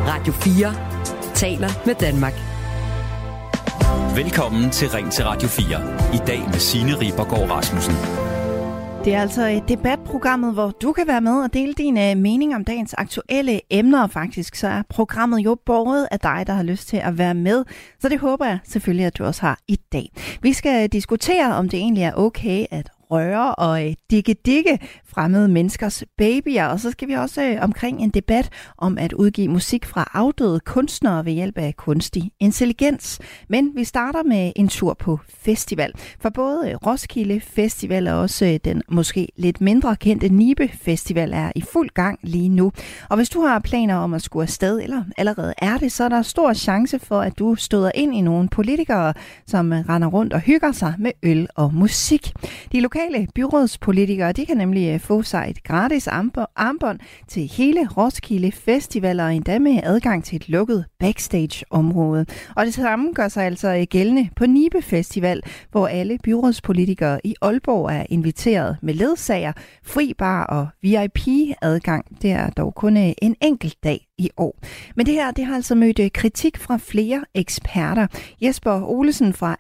Radio 4 taler med Danmark. Velkommen til Ring til Radio 4. I dag med Signe Ribergaard Rasmussen. Det er altså debatprogrammet, hvor du kan være med og dele dine meninger om dagens aktuelle emner. Og faktisk så er programmet jo båret af dig, der har lyst til at være med. Så det håber jeg selvfølgelig, at du også har i dag. Vi skal diskutere, om det egentlig er okay at røre og digge fremmede menneskers babyer. Og så skal vi også omkring en debat om at udgive musik fra afdøde kunstnere ved hjælp af kunstig intelligens. Men vi starter med en tur på festival. For både Roskilde Festival og også den måske lidt mindre kendte Nibe Festival er i fuld gang lige nu. Og hvis du har planer om at skulle afsted, eller allerede er det, så er der stor chance for, at du støder ind i nogle politikere, som render rundt og hygger sig med øl og musik. De lokale byrådspolitikere, de kan nemlig få sig et gratis armbånd til hele Roskilde Festival og endda med adgang til et lukket backstage-område. Og det samme gør sig altså gældende på Nibe Festival, hvor alle byrådspolitikere i Aalborg er inviteret med ledsager, fri bar og VIP-adgang. Det er dog kun en enkelt dag i år. Men det her, det har altså mødt kritik fra flere eksperter. Jesper Olesen fra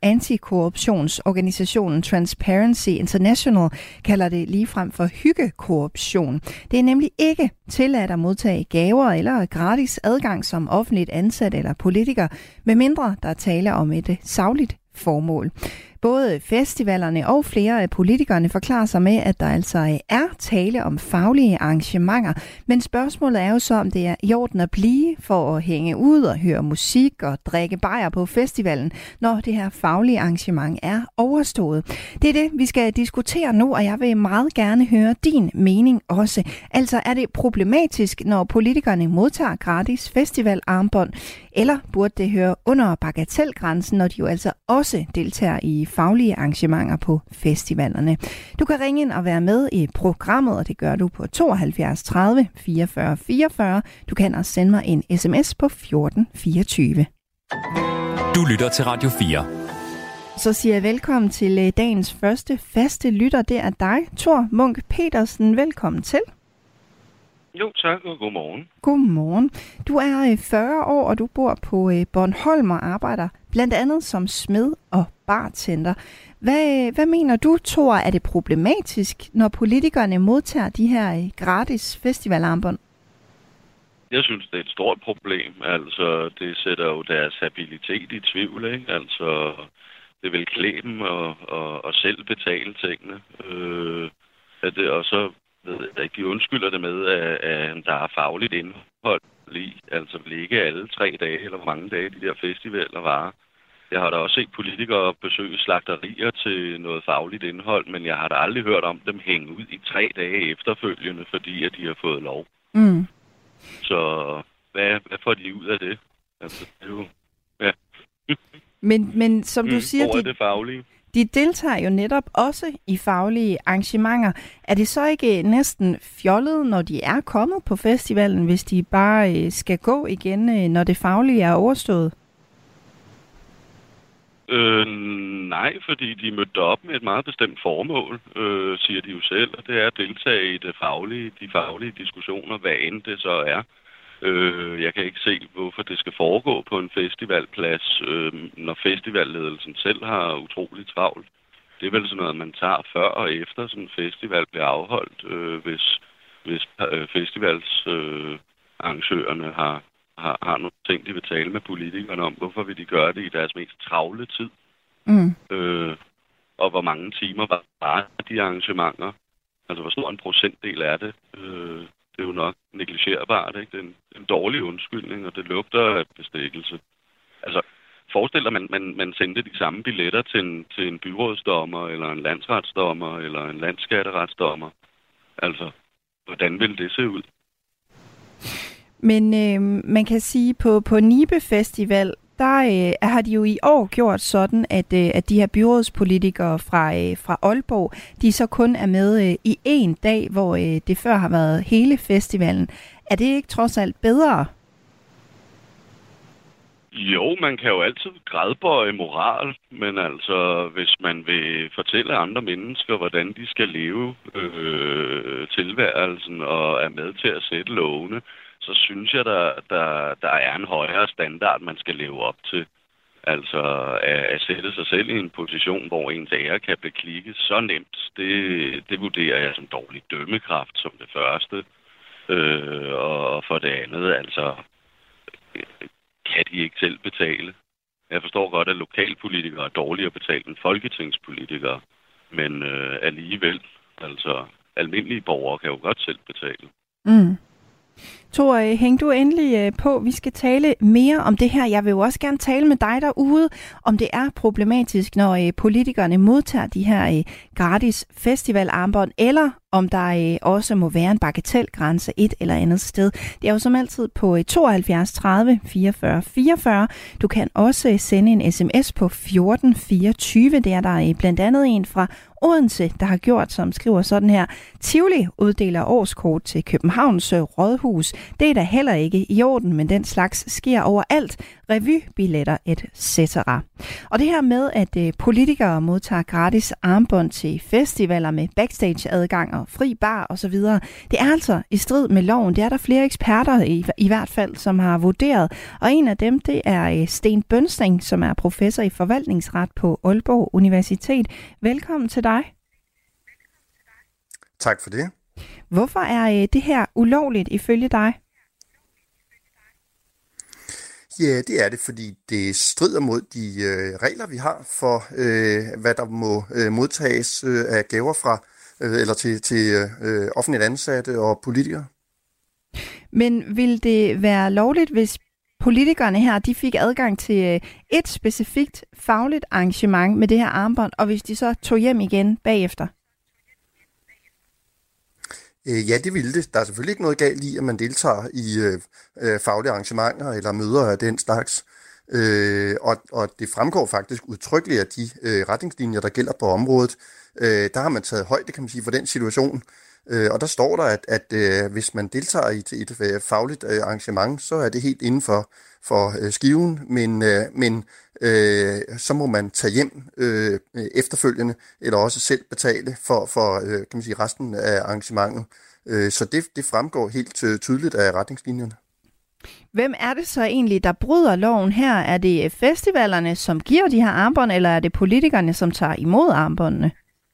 antikorruptionsorganisationen Transparency International kalder det ligefrem for hyggekorruption. Det er nemlig ikke tilladt at modtage gaver eller gratis adgang som offentligt ansat eller politiker, medmindre der er tale om et sagligt formål. Både festivalerne og flere af politikerne forklarer sig med, at der altså er tale om faglige arrangementer. Men spørgsmålet er jo så, om det er i orden at blive for at hænge ud og høre musik og drikke bajer på festivalen, når det her faglige arrangement er overstået. Det er det, vi skal diskutere nu, og jeg vil meget gerne høre din mening også. Altså, er det problematisk, når politikerne modtager gratis festivalarmbånd, eller burde det høre under bagatelgrænsen, når de jo altså også deltager i faglige arrangementer på festivalerne? Du kan ringe ind og være med i programmet, og det gør du på 72 30 44 44. Du kan også sende mig en sms på 14 24. Du lytter til Radio 4. Så siger jeg velkommen til dagens første faste lytter. Det er dig, Thor Munk Petersen. Velkommen til. Jo, tak, og godmorgen. Godmorgen. Du er 40 år, og du bor på Bornholm og arbejder blandt andet som smed og bartender. Hvad mener du, Thor, er det problematisk, når politikerne modtager de her gratis festivalarmbånd? Jeg synes, det er et stort problem. Altså, det sætter jo deres habilitet i tvivl, ikke? Altså, det vil klæde dem og selv betale tingene. Og så de undskylder det med, at der er fagligt indhold i. Altså vil ikke alle 3 dage, eller hvor mange dage de der festivaler varer. Jeg har da også set politikere besøge slagterier til noget fagligt indhold, men jeg har da aldrig hørt om dem hænge ud i 3 dage efterfølgende, fordi at de har fået lov. Mm. Så hvad får de ud af det? Altså, det er jo, ja. Men som du siger, det faglige. De deltager jo netop også i faglige arrangementer. Er det så ikke næsten fjollet, når de er kommet på festivalen, hvis de bare skal gå igen, når det faglige er overstået? Nej, fordi de mødte op med et meget bestemt formål, siger de jo selv, og det er at deltage i de faglige diskussioner, hvad end det så er. Jeg kan ikke se, hvorfor det skal foregå på en festivalplads, når festivalledelsen selv har utroligt travlt. Det er vel sådan noget, man tager før og efter sådan en festival bliver afholdt, hvis festivalsarrangørerne har nogle ting, de vil tale med politikerne om. Hvorfor vil de gøre det i deres mest travle tid? Mm. Og hvor mange timer var de arrangementer? Altså, hvor stor en procentdel er det? Det er jo nok negligerbart, ikke? Det er en dårlig undskyldning, og det lugter af bestikkelse. Altså, forestil dig, at man sendte de samme billetter til en byrådsdommer, eller en landsretsdommer, eller en landsskatteretsdommer. Altså, hvordan ville det se ud? Men man kan sige, på Nibe Festival, der har de jo i år gjort sådan, at de her byrådspolitikere fra Aalborg, de så kun er med i en dag, hvor det før har været hele festivalen. Er det ikke trods alt bedre? Jo, man kan jo altid gradbøje moral, men altså, hvis man vil fortælle andre mennesker, hvordan de skal leve tilværelsen og er med til at sætte lovene, så synes jeg, der er en højere standard, man skal leve op til. Altså at sætte sig selv i en position, hvor ens ære kan beklikkes så nemt, det vurderer jeg som dårlig dømmekraft som det første. Og for det andet, altså, kan de ikke selv betale. Jeg forstår godt, at lokalpolitikere er dårligere betalt end folketingspolitikere, men alligevel, altså almindelige borgere kan jo godt selv betale. Mm. Thor, hæng du endelig på. Vi skal tale mere om det her. Jeg vil jo også gerne tale med dig derude, om det er problematisk, når politikerne modtager de her gratis festivalarmbånd, eller om der også må være en bagatelgrænse et eller andet sted. Det er jo som altid på 72 30 44 44. Du kan også sende en sms på 1424. Det er der blandt andet en fra Odense, der har gjort, som skriver sådan her: Tivoli uddeler årskort til Københavns Rådhus. Det er da heller ikke i orden, men den slags sker overalt. Revybilletter etc. Og det her med, at politikere modtager gratis armbånd til festivaler med backstage-adgang og fri bar osv., det er altså i strid med loven. Det er der flere eksperter i hvert fald, som har vurderet. Og en af dem, det er Sten Bønsing, som er professor i forvaltningsret på Aalborg Universitet. Velkommen til dig. Tak for det. Hvorfor er det her ulovligt ifølge dig? Ja, det er det, fordi det strider mod de regler, vi har for, hvad der må modtages af gaver fra eller til offentligt ansatte og politikere. Men vil det være lovligt, hvis politikerne her, de fik adgang til et specifikt fagligt arrangement med det her armbånd, og hvis de så tog hjem igen bagefter? Ja, det ville det. Der er selvfølgelig ikke noget galt i, at man deltager i faglige arrangementer eller møder af den slags. Og det fremgår faktisk udtrykkeligt af de retningslinjer, der gælder på området. Der har man taget højde, kan man sige, for den situation. Og der står der, at hvis man deltager i et fagligt arrangement, så er det helt inden for skiven, men så må man tage hjem efterfølgende, eller også selv betale for kan man sige, resten af arrangementet. Så det fremgår helt tydeligt af retningslinjerne. Hvem er det så egentlig, der bryder loven her? Er det festivalerne, som giver de her armbånd, eller er det politikerne, som tager imod armbåndene?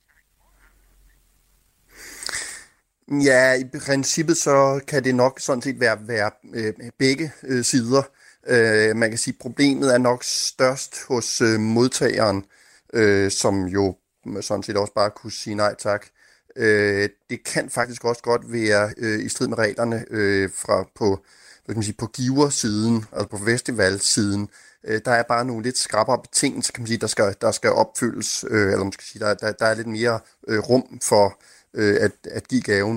Ja, i princippet så kan det nok sådan set være begge sider. Man kan sige, at problemet er nok størst hos modtageren, som jo sådan set også bare kunne sige nej tak. Det kan faktisk også godt være i strid med reglerne på giversiden, altså på festivalsiden. Der er bare nogle lidt skrappere betingelser, kan man sige, der skal opfyldes, eller man skal sige, der er lidt mere rum for at give gaven.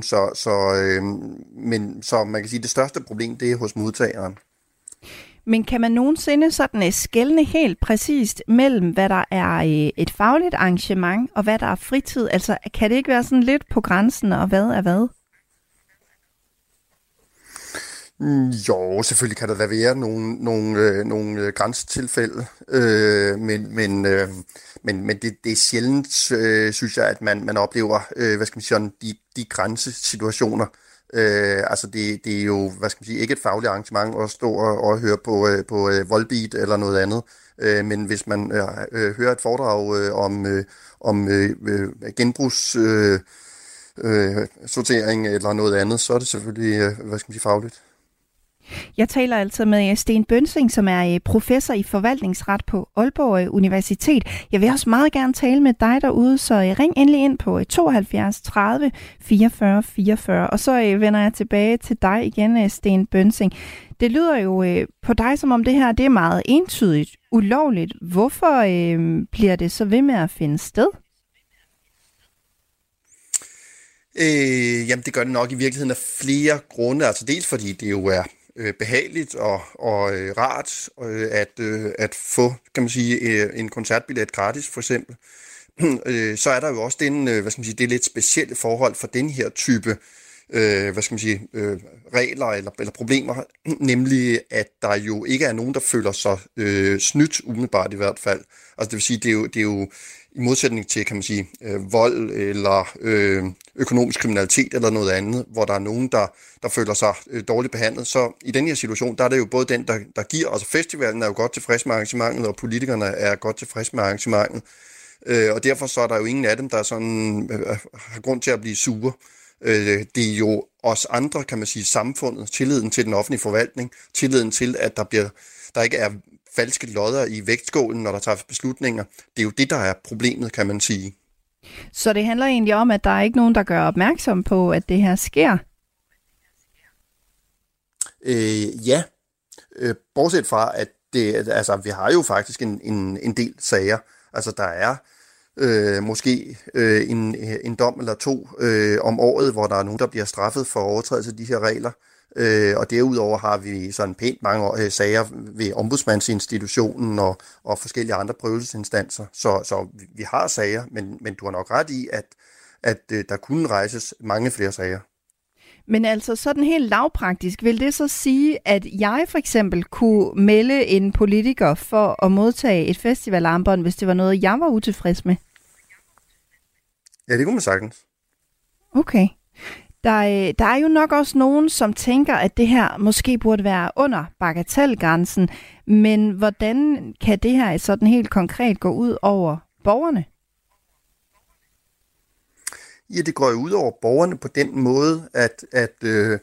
Så man kan sige, at det største problem, det er hos modtageren. Men kan man nogensinde sådan skelne helt præcist mellem, hvad der er et fagligt arrangement, og hvad der er fritid? Altså, kan det ikke være sådan lidt på grænsen, og hvad er hvad? Jo, selvfølgelig kan der da være nogle grænsetilfælde, men det er sjældent, synes jeg, at man oplever, hvad skal man sige, de grænsesituationer. Altså det er jo, hvad skal man sige, ikke et fagligt arrangement at stå og høre på Volbeat eller noget andet, men hvis man hører et foredrag om genbrugssortering eller noget andet, så er det selvfølgelig, hvad skal man sige, fagligt. Jeg taler altså med Sten Bønsing, som er professor i forvaltningsret på Aalborg Universitet. Jeg vil også meget gerne tale med dig derude, så ring endelig ind på 72 30 44 44. Og så vender jeg tilbage til dig igen, Sten Bønsing. Det lyder jo på dig, som om det her det er meget entydigt ulovligt. Hvorfor bliver det så ved med at finde sted? Jamen det gør det nok i virkeligheden af flere grunde. Altså dels fordi det jo er behageligt og rart at få, kan man sige, en koncertbillet gratis for eksempel. Så er der jo også den, hvad skal man sige, det lidt specielle forhold for den her type regler eller problemer, nemlig at der jo ikke er nogen, der føler sig snydt, umiddelbart i hvert fald. Altså det vil sige, det er jo i modsætning til, kan man sige, vold eller økonomisk kriminalitet eller noget andet, hvor der er nogen, der føler sig dårligt behandlet. Så i den her situation, der er det jo både den, der giver, altså festivalen er jo godt tilfreds med arrangementet, og politikerne er godt tilfreds med arrangementet. Og derfor så er der jo ingen af dem, der sådan, har grund til at blive sure. Det er jo os andre, kan man sige, samfundet, tilliden til den offentlige forvaltning, tilliden til, at der ikke er falske lodder i vægtskålen, når der træffes beslutninger. Det er jo det, der er problemet, kan man sige. Så det handler egentlig om, at der er ikke nogen, der gør opmærksom på, at det her sker? Ja. Bortset fra, at vi har jo faktisk en del sager. Altså, der er måske en dom eller to om året, hvor der er nogen, der bliver straffet for overtrædelse af de her regler. Og derudover har vi sådan pænt mange sager ved ombudsmandsinstitutionen og forskellige andre prøvelsesinstanser. Så vi har sager, men du har nok ret i, at der kunne rejses mange flere sager. Men altså sådan helt lavpraktisk, vil det så sige, at jeg for eksempel kunne melde en politiker for at modtage et festivalarmbånd, hvis det var noget, jeg var utilfreds med? Ja, det kunne man sagtens. Okay. Der er jo nok også nogen, som tænker, at det her måske burde være under bagatelgrænsen, men hvordan kan det her sådan helt konkret gå ud over borgerne? Ja, det går jo ud over borgerne på den måde, at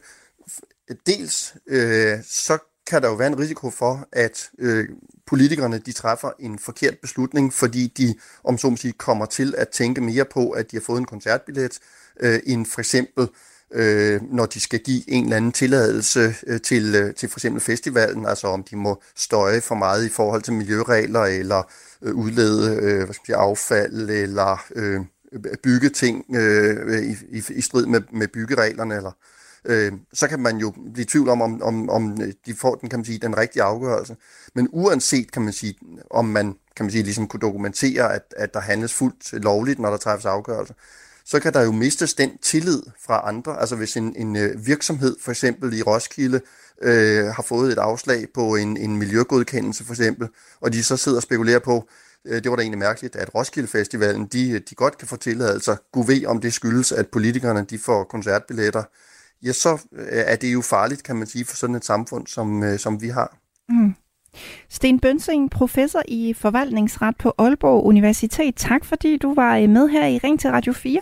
dels så kan der jo være en risiko for, at politikerne de træffer en forkert beslutning, fordi de, om så må sige, kommer til at tænke mere på, at de har fået en koncertbillet, end for eksempel når de skal give en eller anden tilladelse til for eksempel festivalen, altså om de må støje for meget i forhold til miljøregler, eller udlede affald, eller bygge ting i strid med byggereglerne, eller så kan man jo blive i tvivl om de får den, kan man sige, den rigtige afgørelse. Men uanset, kan man sige, om man, kan man sige, ligesom kunne dokumentere, at der handles fuldt lovligt, når der træffes afgørelse, så kan der jo mistes den tillid fra andre. Altså hvis en virksomhed, for eksempel i Roskilde, har fået et afslag på en miljøgodkendelse, for eksempel, og de så sidder og spekulerer på, det var da egentlig mærkeligt, at Roskilde Festivalen, de godt kan få tilladelser. Gud ved, om det skyldes, at politikerne de får koncertbilletter. Ja, så er det jo farligt, kan man sige, for sådan et samfund, som vi har. Mm. Sten Bønsing, professor i forvaltningsret på Aalborg Universitet. Tak fordi du var med her i Ring til Radio 4.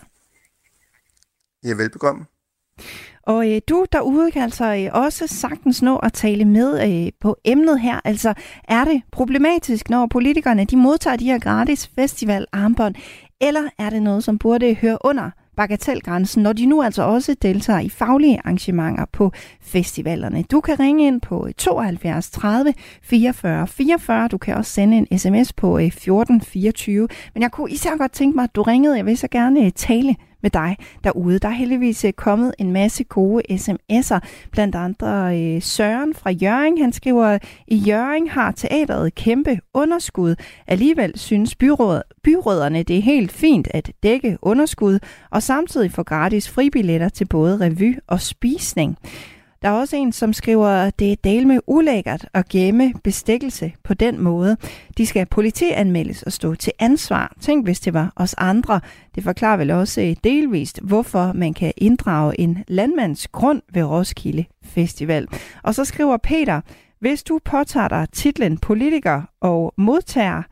Ja, velbekomme. Og du derude kan altså også sagtens nå at tale med på emnet her. Altså, er det problematisk, når politikerne de modtager de her gratis festivalarmbånd, eller er det noget, som burde høre under bagatelgrænsen, når de nu altså også deltager i faglige arrangementer på festivalerne? Du kan ringe ind på 72 30 44 44. Du kan også sende en sms på 1424. Men jeg kunne især godt tænke mig, at du ringede. Jeg vil så gerne tale med dig derude. Der er heldigvis kommet en masse gode sms'er, blandt andre Søren fra Hjørring. Han skriver, i Hjørring har teateret kæmpe underskud. Alligevel synes byrødderne, det er helt fint at dække underskud, og samtidig få gratis fribilletter til både revy og spisning. Der er også en, som skriver, det er delme ulækkert at gemme bestikkelse på den måde. De skal politianmeldes og stå til ansvar. Tænk, hvis det var os andre. Det forklarer vel også delvist, hvorfor man kan inddrage en landmands grund ved Roskilde Festival. Og så skriver Peter, hvis du påtager dig titlen politiker og modtager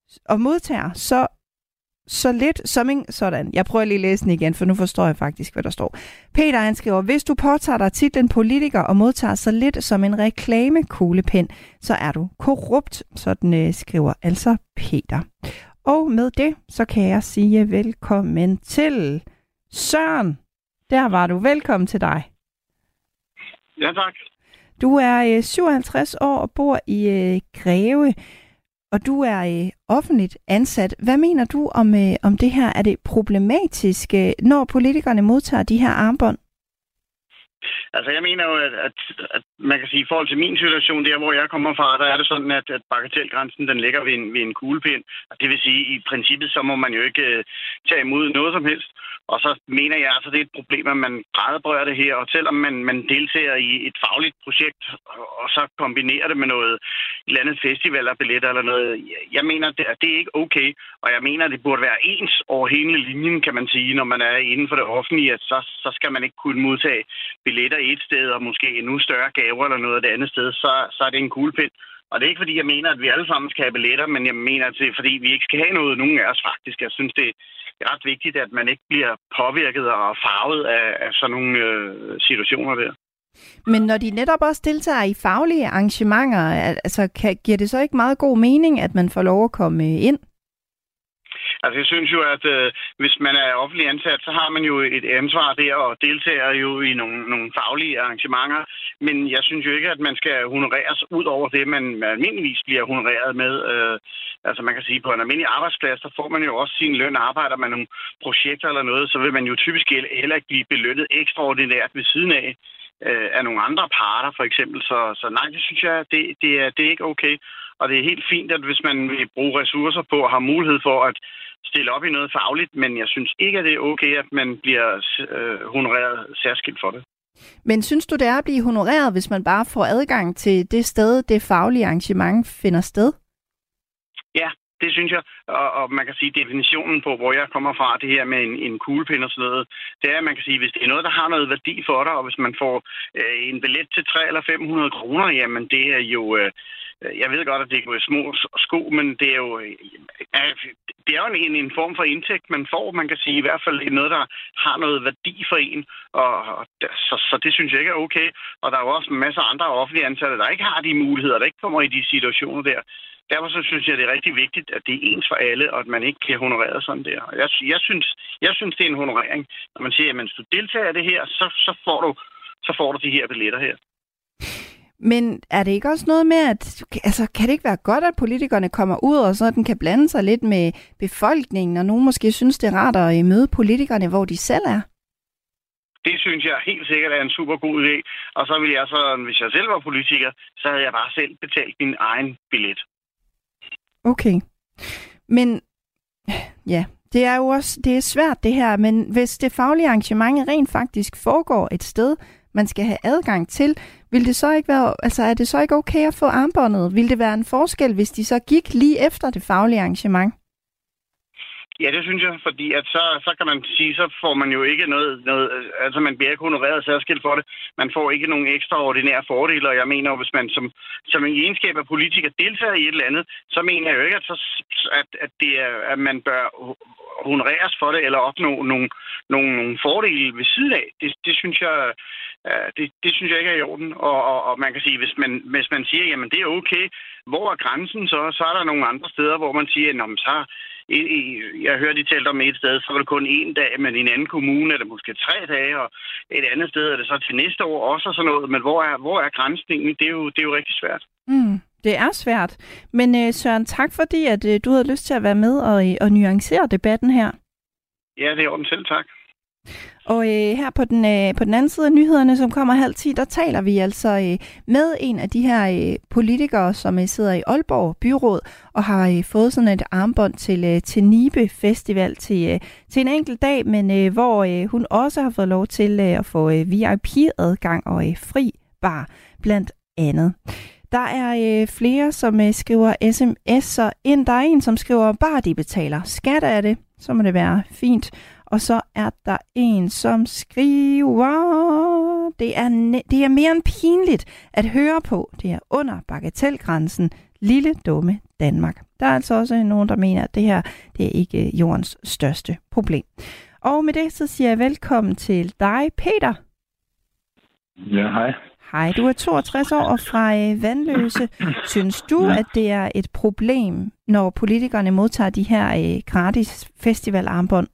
så lidt som en sådan. Jeg prøver lige at læse den igen, for nu forstår jeg faktisk, hvad der står. Peter, han skriver, hvis du påtager dig titlen politiker og modtager så lidt som en reklamekuglepen, så er du korrupt. Sådan skriver altså Peter. Og med det, så kan jeg sige velkommen til Søren. Der var du. Velkommen til dig. Ja, tak. Du er 57 år og bor i Greve. Og du er offentligt ansat. Hvad mener du om det her? Er det problematisk, når politikerne modtager de her armbånd? Altså, jeg mener jo, at man kan sige, i forhold til min situation, der hvor jeg kommer fra, der er det sådan, at bagatelgrænsen, den ligger ved en kuglepind. Og det vil sige, i princippet, så må man jo ikke tage imod noget som helst. Og så mener jeg altså, det er et problem, at man gradbøjer det her. Og selvom man deltager i et fagligt projekt, og så kombinerer det med noget et eller andet festival eller billetter eller noget, jeg mener, at det er ikke okay. Og jeg mener, at det burde være ens over hele linjen, kan man sige, når man er inden for det offentlige, at så skal man ikke kunne modtage billetter et sted, og måske endnu større gaver eller noget af det andet sted, så er det en kuglepind. Og det er ikke, fordi jeg mener, at vi alle sammen skal have billetter, men jeg mener, at det er, fordi vi ikke skal have noget, nogen af os faktisk. Jeg synes, det er ret vigtigt, at man ikke bliver påvirket og farvet af sådan nogle situationer der. Men når de netop også deltager i faglige arrangementer, altså giver det så ikke meget god mening, at man får lov at komme ind? Altså, jeg synes jo, at hvis man er offentlig ansat, så har man jo et ansvar der og deltager jo i nogle faglige arrangementer. Men jeg synes jo ikke, at man skal honoreres ud over det, man almindeligvis bliver honoreret med. Altså, man kan sige, på en almindelig arbejdsplads, så får man jo også sin løn. Arbejder man nogle projekter eller noget, så vil man jo typisk heller ikke blive belønnet ekstraordinært ved siden af nogle andre parter, for eksempel. Så nej, det synes jeg, det er ikke okay. Og det er helt fint, at hvis man vil bruge ressourcer på og har mulighed for at stille op i noget fagligt, men jeg synes ikke, at det er okay, at man bliver honoreret særskilt for det. Men synes du, det er at blive honoreret, hvis man bare får adgang til det sted, det faglige arrangement finder sted? Ja, det synes jeg. Og man kan sige, definitionen på, hvor jeg kommer fra, det her med en kuglepind og sådan noget, det er, at man kan sige, hvis det er noget, der har noget værdi for dig, og hvis man får en billet til 300 eller 500 kroner, jamen det er jo... Jeg ved godt, at det er jo små sko, men det er jo en form for indtægt, man får. Man kan sige i hvert fald noget, der har noget værdi for en. Så det synes jeg ikke er okay. Og der er jo også en masse andre offentlige ansatte, der ikke har de muligheder, der ikke kommer i de situationer der. Derfor så synes jeg, det er rigtig vigtigt, at det er ens for alle, og at man ikke kan honorere sådan der. Jeg synes, det er en honorering. Når man siger, at hvis du deltager i det her, så får du de her billetter her. Men er det ikke også noget med, at kan det ikke være godt, at politikerne kommer ud, og så den kan blande sig lidt med befolkningen, og nogen måske synes, det er rart at møde politikerne, hvor de selv er? Det synes jeg helt sikkert er en super god idé. Og så ville jeg så, hvis jeg selv var politiker, så havde jeg bare selv betalt min egen billet. Okay. Men ja, det er jo også det er svært det her, men hvis det faglige arrangement rent faktisk foregår et sted, man skal have adgang til, vil det så ikke være, er det så ikke okay at få armbåndet? Vil det være en forskel, hvis de så gik lige efter det faglige arrangement? Ja, det synes jeg, fordi at så kan man sige, så får man jo ikke noget altså man bliver ikke honoreret særskilt for det. Man får ikke nogen ekstraordinære fordele, og jeg mener jo, hvis man som en egenskab af politiker deltager i et eller andet, så mener jeg jo ikke, at man bør honoreres for det, eller opnå nogle fordele ved siden af. Det synes jeg... Det synes jeg ikke er i orden, og man kan sige, hvis man siger, jamen det er okay, hvor er grænsen så er der nogle andre steder, hvor man siger, jeg hørte, de talte om et sted, så var det kun 1 dag, men i en anden kommune er det måske 3 dage, og et andet sted er det så til næste år også og sådan noget, men hvor er grænsen egentlig? Det er jo rigtig svært. Det er svært, men Søren, tak fordi, at du havde lyst til at være med og nuancere debatten her. Ja, det er orden selv, tak. Og her på den anden side af nyhederne, som kommer 9:30, der taler vi altså med en af de her politikere, som sidder i Aalborg Byråd og har fået sådan et armbånd til Nibe Festival til en enkelt dag, men hvor hun også har fået lov til at få VIP-adgang og fri bar blandt andet. Der er flere, som skriver sms'er ind. Der er en, som skriver, bare de betaler skat af det, så må det være fint. Og så er der en, som skriver, det er mere end pinligt at høre på. Det er under bagatelgrænsen, lille dumme Danmark. Der er altså også nogen, der mener, at det her det er ikke jordens største problem. Og med det, så siger jeg velkommen til dig, Peter. Ja, hej. Hej, du er 62 år og fra Vandløse. Synes du, at det er et problem, når politikerne modtager de her gratis festivalarmbånd?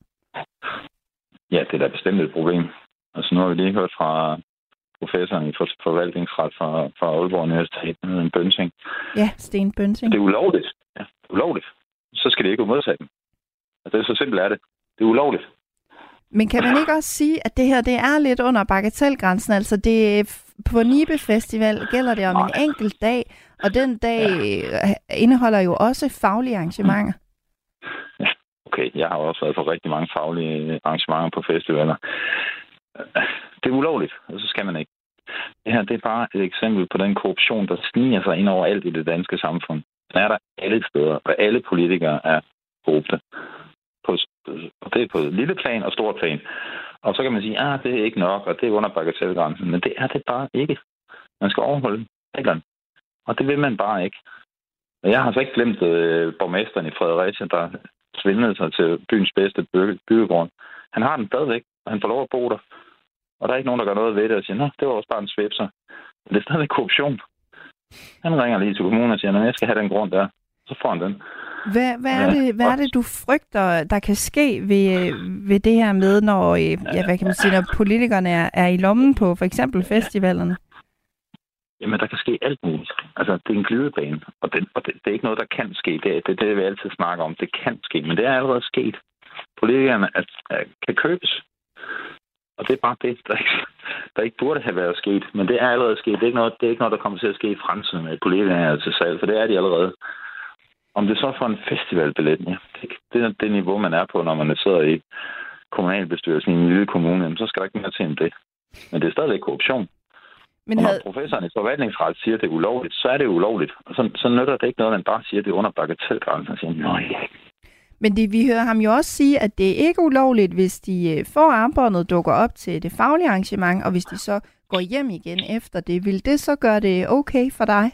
Ja, det er da bestemt et problem. Altså nu har vi lige hørt fra professoren i forvaltningsret fra Aalborg Universitet, en Bønsing. Ja, Sten Bønsing. Det er ulovligt. Ja, ulovligt. Så skal det ikke modtage dem. Altså, det er så simpelt er det. Det er ulovligt. Men kan man ikke også sige, at det her det er lidt under bagatelgrænsen? Altså det på Nibe Festival gælder det om en enkelt dag, og den dag indeholder jo også faglige arrangementer. Ja, okay. Jeg har også været på rigtig mange faglige arrangementer på festivaler. Det er ulovligt, og så skal man ikke. Det her det er bare et eksempel på den korruption, der sniger sig ind over alt i det danske samfund. Den er der alle steder, og alle politikere er korrupte. Det er på et lille plan og stort plan. Og så kan man sige, det er ikke nok, og det er under bagatelgrænsen. Men det er det bare ikke. Man skal overholde reglerne. Og det vil man bare ikke. Og jeg har så ikke glemt borgmesteren i Fredericia, der svindlede sig til byens bedste byggegrund. Han har den stadigvæk, og han får lov at bo der. Og der er ikke nogen, der gør noget ved det og siger, det var også bare en svipser. Men det er stadig korruption. Han ringer lige til kommunen og siger, jeg skal have den grund der. Så får han den. Hvad er det, du frygter, der kan ske ved det her med, når, hvad kan man sige, når politikerne er i lommen på for eksempel festivalerne? Jamen, der kan ske alt muligt. Altså, det er en glidebane, og det er ikke noget, der kan ske. Det vi altid snakker om. Det kan ske, men det er allerede sket. Politikerne kan købes. Og det er bare det, der ikke burde have været sket. Men det er allerede sket. Det er ikke noget, der kommer til at ske i fremtiden med politikerne til salg, for det er de allerede. Om det så får en festivalbillet, det er det niveau, man er på, når man sidder i kommunalbestyrelsen i en lille kommune, så skal der ikke mere til end det. Men det er stadigvæk korruption. Men når professoren i forvaltningsret siger, at det er ulovligt, så er det ulovligt. Og så nytter det ikke noget, man bare siger, at det er under bagatelgrænsen og siger, nej. Men vi hører ham jo også sige, at det er ikke ulovligt, hvis de får armbåndet, dukker op til det faglige arrangement, og hvis de så går hjem igen efter det. Vil det så gøre det okay for dig?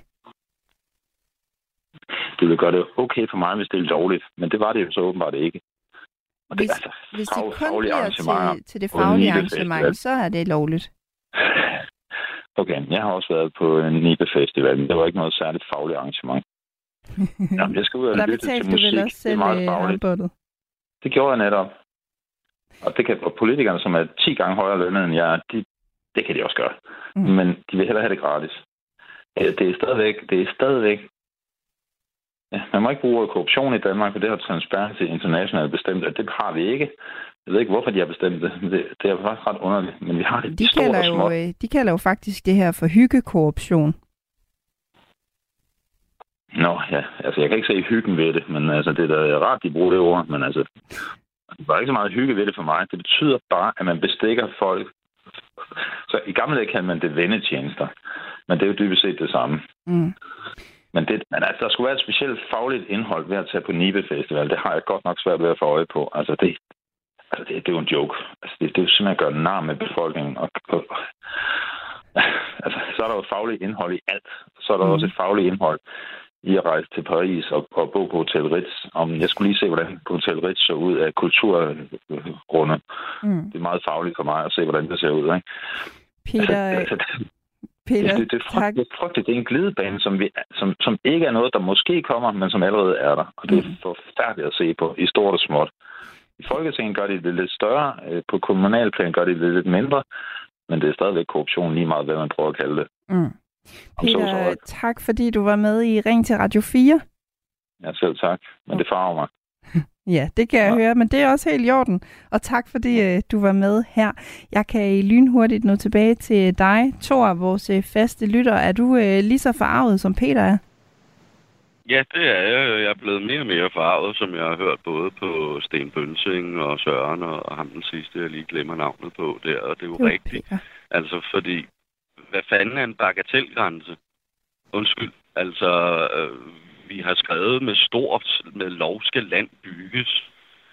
Det vil gøre det okay for mig, hvis det er lovligt. Men det var det jo så åbenbart ikke. Og hvis det kun bliver til det faglige arrangement, så er det lovligt. Okay, jeg har også været på en Nibe Festival, men det var ikke noget særligt fagligt arrangement. Jamen, jeg skal ud og lytte til musik. Vel også selv armbåndet? Det gjorde jeg netop. Og politikerne, som er 10 gange højere lønnet end jeg, det kan de også gøre. Men de vil hellere have det gratis. Det er stadigvæk ja, man må ikke bruge ordet korruption i Danmark, for det har Transparency International bestemt, at det har vi ikke. Jeg ved ikke, hvorfor de har bestemt det. Det er faktisk ret underligt, men vi har det de kalder jo faktisk det her for hyggekorruption. Nå, ja. Altså, jeg kan ikke se hyggen ved det, men altså, det er da rart, de bruger det ord. Men altså, der er ikke så meget hygge ved det for mig. Det betyder bare, at man bestikker folk. Så i gamle dage kan man det vennetjenester. Men det er jo dybest set det samme. Men altså, der skulle være et specielt fagligt indhold ved at tage på Nibe Festival. Det har jeg godt nok svært ved at få øje på. Altså, det er jo en joke. Altså, det er jo simpelthen at gøre nar med befolkningen. Altså, så er der jo et fagligt indhold i alt. Så er der også et fagligt indhold i at rejse til Paris og bo på Hotel Ritz. Jeg skulle lige se, hvordan Hotel Ritz så ud af kulturgrunde. Det er meget fagligt for mig at se, hvordan det ser ud. Ikke? Peter, det er frygteligt. Det er en glidebane, som ikke er noget, der måske kommer, men som allerede er der. Og det er forfærdeligt at se på, i stort og småt. I Folketinget gør de det lidt større, på kommunalplan gør de det lidt mindre, men det er stadigvæk korruption, lige meget hvad man prøver at kalde det. Peter, tak fordi du var med i Ring til Radio 4. Ja, selv tak. Men det farver mig. Ja, det kan jeg høre, men det er også helt i orden. Og tak fordi du var med her. Jeg kan lynhurtigt nå tilbage til dig, Thor, vores faste lytter. Er du lige så forarvet, som Peter er? Ja, det er jeg. Jeg er blevet mere og mere forarvet, som jeg har hørt både på Sten Bønsing og Søren og ham den sidste, jeg lige glemmer navnet på der. Og det er jo rigtigt. Peter. Altså, fordi hvad fanden er en bagatelgrænse? Undskyld. Altså, vi har skrevet med lov skal land bygges.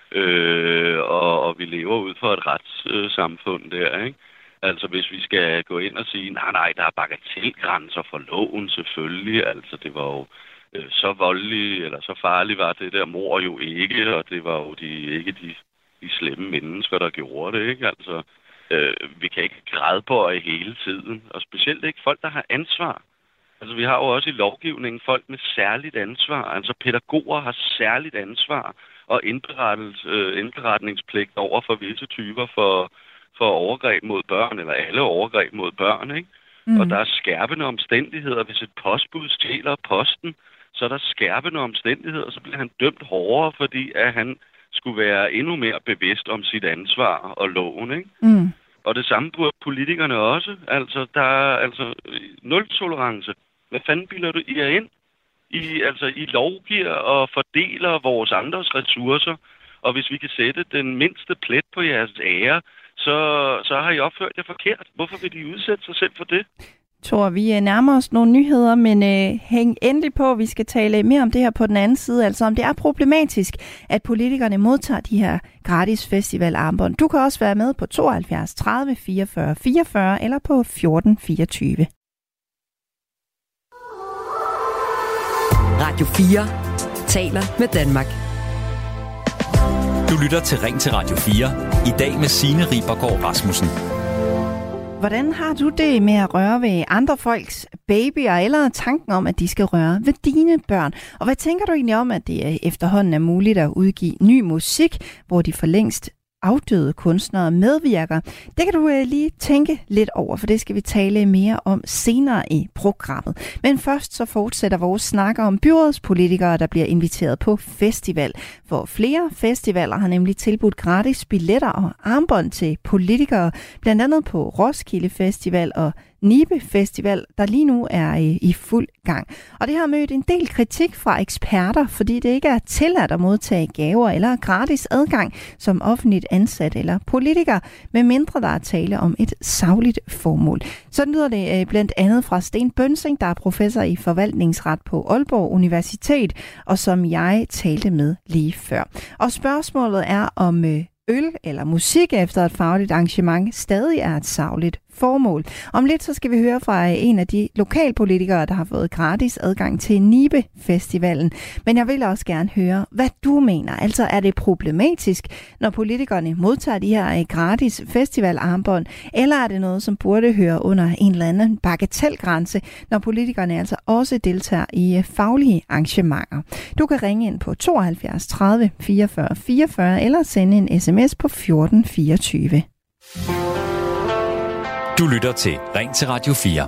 Og vi lever ud for et retssamfund der, ikke? Altså, hvis vi skal gå ind og sige, nej, der er bagatelgrænser for loven selvfølgelig. Altså, det var jo så voldeligt eller så farligt var det der mord jo ikke, og det var jo ikke de slemme mennesker, der gjorde det, ikke? Altså, vi kan ikke græde på det hele tiden, og specielt ikke folk, der har ansvar. Altså, vi har jo også i lovgivningen folk med særligt ansvar. Altså, pædagoger har særligt ansvar og indberetningspligt over for visse typer for overgreb mod børn, eller alle overgreb mod børn, ikke? Og der er skærpende omstændigheder. Hvis et postbud stjæler posten, så er der skærpende omstændigheder, og så bliver han dømt hårdere, fordi at han skulle være endnu mere bevidst om sit ansvar og loven, ikke? Mm. Og det samme burde politikerne også. Altså, der er nul-tolerance. Hvad fanden bilder du I jer ind? I lovgiver og fordeler vores andres ressourcer, og hvis vi kan sætte den mindste plet på jeres ære, så har I opført jer forkert. Hvorfor vil de udsætte sig selv for det? Tror vi nærmer os nogle nyheder, men hæng endelig på, vi skal tale mere om det her på den anden side, altså om det er problematisk, at politikerne modtager de her gratis festivalarmbånd. Du kan også være med på 72 30 44 44 eller på 14 24. Radio 4 taler med Danmark. Du lytter til Ring til Radio 4. I dag med Signe Ribergaard Rasmussen. Hvordan har du det med at røre ved andre folks babyer, eller tanken om, at de skal røre ved dine børn? Og hvad tænker du egentlig om, at det efterhånden er muligt at udgive ny musik, hvor de for længst afdøde kunstnere medvirker? Det kan du lige tænke lidt over, for det skal vi tale mere om senere i programmet. Men først så fortsætter vores snak om byrådspolitikere, der bliver inviteret på festival. For flere festivaler har nemlig tilbudt gratis billetter og armbånd til politikere, blandt andet på Roskilde Festival og Nibe Festival, der lige nu er i fuld gang. Og det har mødt en del kritik fra eksperter, fordi det ikke er tilladt at modtage gaver eller gratis adgang som offentligt ansat eller politiker, medmindre der er tale om et sagligt formål. Sådan lyder det blandt andet fra Sten Bønsing, der er professor i forvaltningsret på Aalborg Universitet, og som jeg talte med lige før. Og spørgsmålet er, om øl eller musik efter et fagligt arrangement stadig er et sagligt formål. Om lidt så skal vi høre fra en af de lokalpolitikere, der har fået gratis adgang til Nibe Festivalen. Men jeg vil også gerne høre, hvad du mener. Altså, er det problematisk, når politikerne modtager de her gratis festivalarmbånd, eller er det noget, som burde høre under en eller anden bagatelgrænse, når politikerne altså også deltager i faglige arrangementer? Du kan ringe ind på 72 30 44 44 eller sende en sms på 14 24. Du lytter til Ring til Radio 4.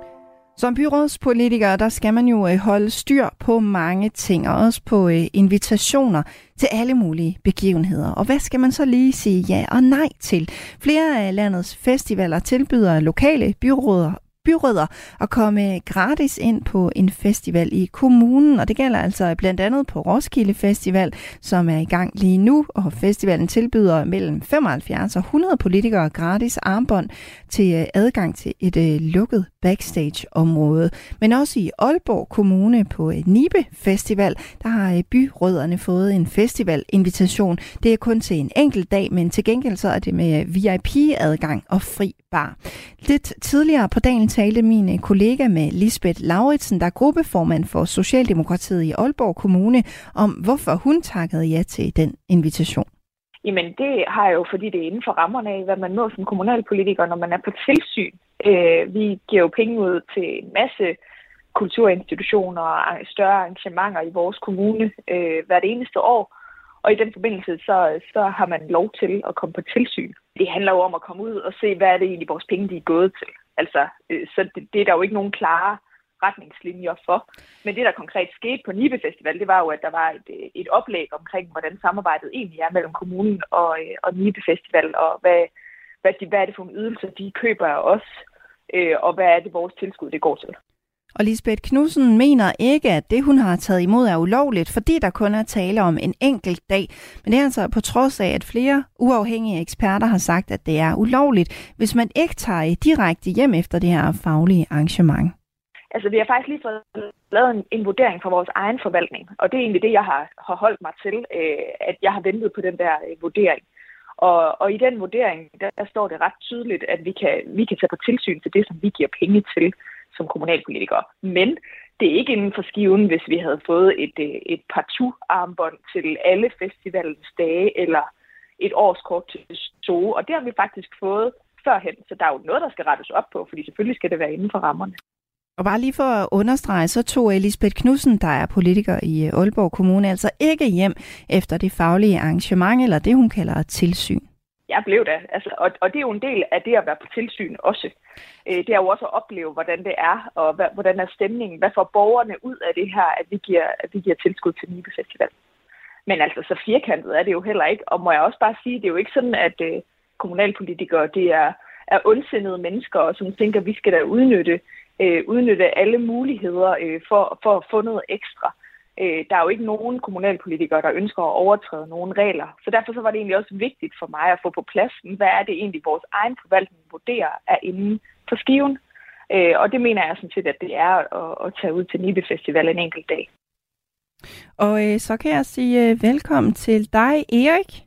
Som byrådspolitiker, der skal man jo holde styr på mange ting, og også på invitationer til alle mulige begivenheder. Og hvad skal man så lige sige ja og nej til? Flere af landets festivaler tilbyder lokale byrødder at komme gratis ind på en festival i kommunen, og det gælder altså blandt andet på Roskilde Festival, som er i gang lige nu, og festivalen tilbyder mellem 75 og 100 politikere gratis armbånd til adgang til et lukket backstage-område. Men også i Aalborg Kommune på Nibe Festival, der har byrødderne fået en festivalinvitation. Det er kun til en enkelt dag, men til gengæld så er det med VIP-adgang og fri bar. Lidt tidligere på dagen talte min kollega med Lisbeth Lauritsen, der er gruppeformand for Socialdemokratiet i Aalborg Kommune, om hvorfor hun takkede ja til den invitation. Jamen det har jo, fordi det er inden for rammerne af, hvad man må som kommunalpolitiker, når man er på tilsyn. Vi giver jo penge ud til en masse kulturinstitutioner og større arrangementer i vores kommune hvert eneste år. Og i den forbindelse, så har man lov til at komme på tilsyn. Det handler jo om at komme ud og se, hvad er det egentlig vores penge, de er gået til. Altså, så det er der jo ikke nogen klare retningslinjer for. Men det, der konkret skete på Nibe Festival, det var jo, at der var et oplæg omkring, hvordan samarbejdet egentlig er mellem kommunen og Nibe Festival, og hvad er det for nogle ydelser, de køber af os, og hvad er det, vores tilskud det går til. Og Lisbeth Knudsen mener ikke, at det, hun har taget imod, er ulovligt, fordi der kun er tale om en enkelt dag. Men det er altså på trods af, at flere uafhængige eksperter har sagt, at det er ulovligt, hvis man ikke tager direkte hjem efter det her faglige arrangement. Altså, vi har faktisk lige fået lavet en vurdering fra vores egen forvaltning, og det er egentlig det, jeg har holdt mig til, at jeg har ventet på den der vurdering. Og i den vurdering, der står det ret tydeligt, at vi kan tage på tilsyn til det, som vi giver penge til som kommunalpolitikere. Men det er ikke inden for skiven, hvis vi havde fået et partout-armbånd til alle festivalens dage, eller et årskort til Zoo, og det har vi faktisk fået førhen. Så der er jo noget, der skal rettes op på, fordi selvfølgelig skal det være inden for rammerne. Og bare lige for at understrege, så tog Lisbeth Knudsen, der er politiker i Aalborg Kommune, altså ikke hjem efter det faglige arrangement, eller det hun kalder tilsyn. Jeg blev det, altså, og det er jo en del af det at være på tilsyn også. Det er jo også at opleve, hvordan det er, og hvordan er stemningen, hvad får borgerne ud af det her, at vi giver tilskud til Nibe Festival. Men altså, så firkantet er det jo heller ikke. Og må jeg også bare sige, det er jo ikke sådan, at kommunalpolitikere, det er ondsindede mennesker, som tænker, at vi skal da udnytte alle muligheder for at få noget ekstra. Der er jo ikke nogen kommunalpolitikere, der ønsker at overtræde nogen regler. Så derfor så var det egentlig også vigtigt for mig at få på plads, hvad er det egentlig, vores egen forvaltning vurderer er inden for skiven. Og det mener jeg sådan set, at det er at tage ud til Nibe Festival en enkelt dag. Og så kan jeg sige velkommen til dig, Erik.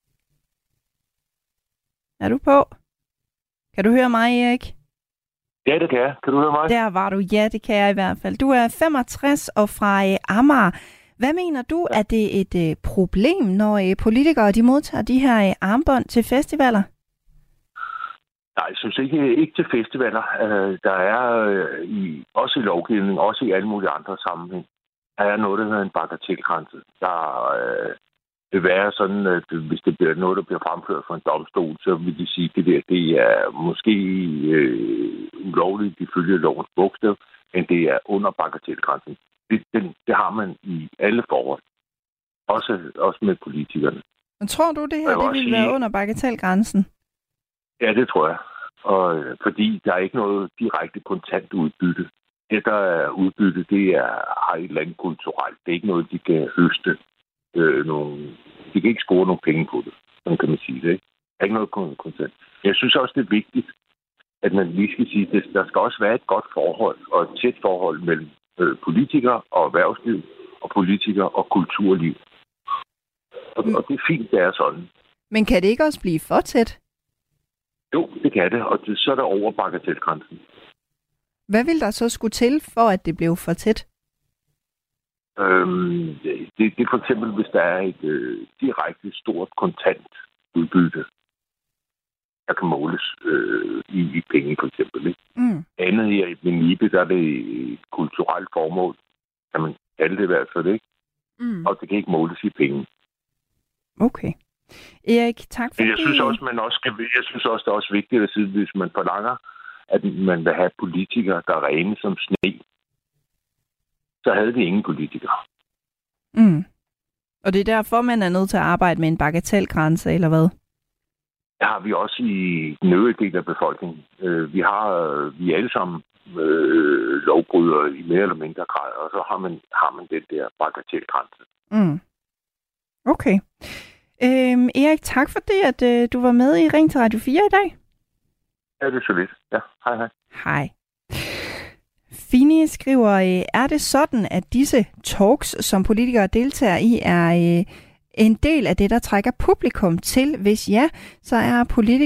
Er du på? Kan du høre mig, Erik? Ja, det kan jeg. Kan du høre mig? Der var du. Ja, det kan jeg i hvert fald. Du er 65 og fra Amager. Hvad mener du, er det et problem, når politikere de modtager de her armbånd til festivaler? Nej, jeg synes ikke til festivaler. Der er også i lovgivning, også i alle mulige andre sammenhæng, der er noget, der hedder en bagatelgrænse. Der vil være sådan, at hvis det bliver noget, der bliver fremført for en domstol, så vil de sige, at det er måske ulovligt ifølge lovens bogstav, men det er under bagatelgrænsen. Det har man i alle forhold. Også med politikerne. Men tror du, det her det vil være under bagatelgrænsen? Ja, det tror jeg. Og fordi der er ikke noget direkte kontant udbytte. Det, der er udbytte, det har et eller andet kulturelt. Det er ikke noget, de kan høste. De kan ikke score nogle penge på det. Sådan kan man sige det, ikke? Der er ikke noget kontant. Jeg synes også, det er vigtigt, at man lige skal sige, at der skal også være et godt forhold og et tæt forhold mellem politikere og erhvervsliv og politikere og kulturliv. Og det er fint, det er sådan. Men kan det ikke også blive for tæt? Jo, det kan det, og så er der over bagatelgrænsen. Hvad vil der så skulle til, for at det blev for tæt? Det er for eksempel, hvis der er et direkte stort kontant udbytte, der kan måles i penge, for eksempel. Ikke? Mm. Andet her i Nibe, der er det et kulturelt formål, kan man kalde det i hvert fald, ikke? Mm. Og det kan ikke måles i penge. Okay. Erik, tak for det. Jeg synes også, det er også vigtigt at sige, hvis man forlanger, at man vil have politikere, der er rene som sne, så havde vi ingen politikere. Mm. Og det er derfor, man er nødt til at arbejde med en bagatelgrænse, eller hvad? Det har vi også i den øvrige del af befolkningen. Vi er alle sammen lovbrydere i mere eller mindre grad, og så har man den der bagatelgrænse. Mm. Okay. Erik, tak for det, at du var med i Ring til Radio 4 i dag. Ja, det er så lidt. Ja, hej. Hej. Fini skriver, er det sådan, at disse talks, som politikere deltager i, er en del af det, der trækker publikum til? Hvis ja, så er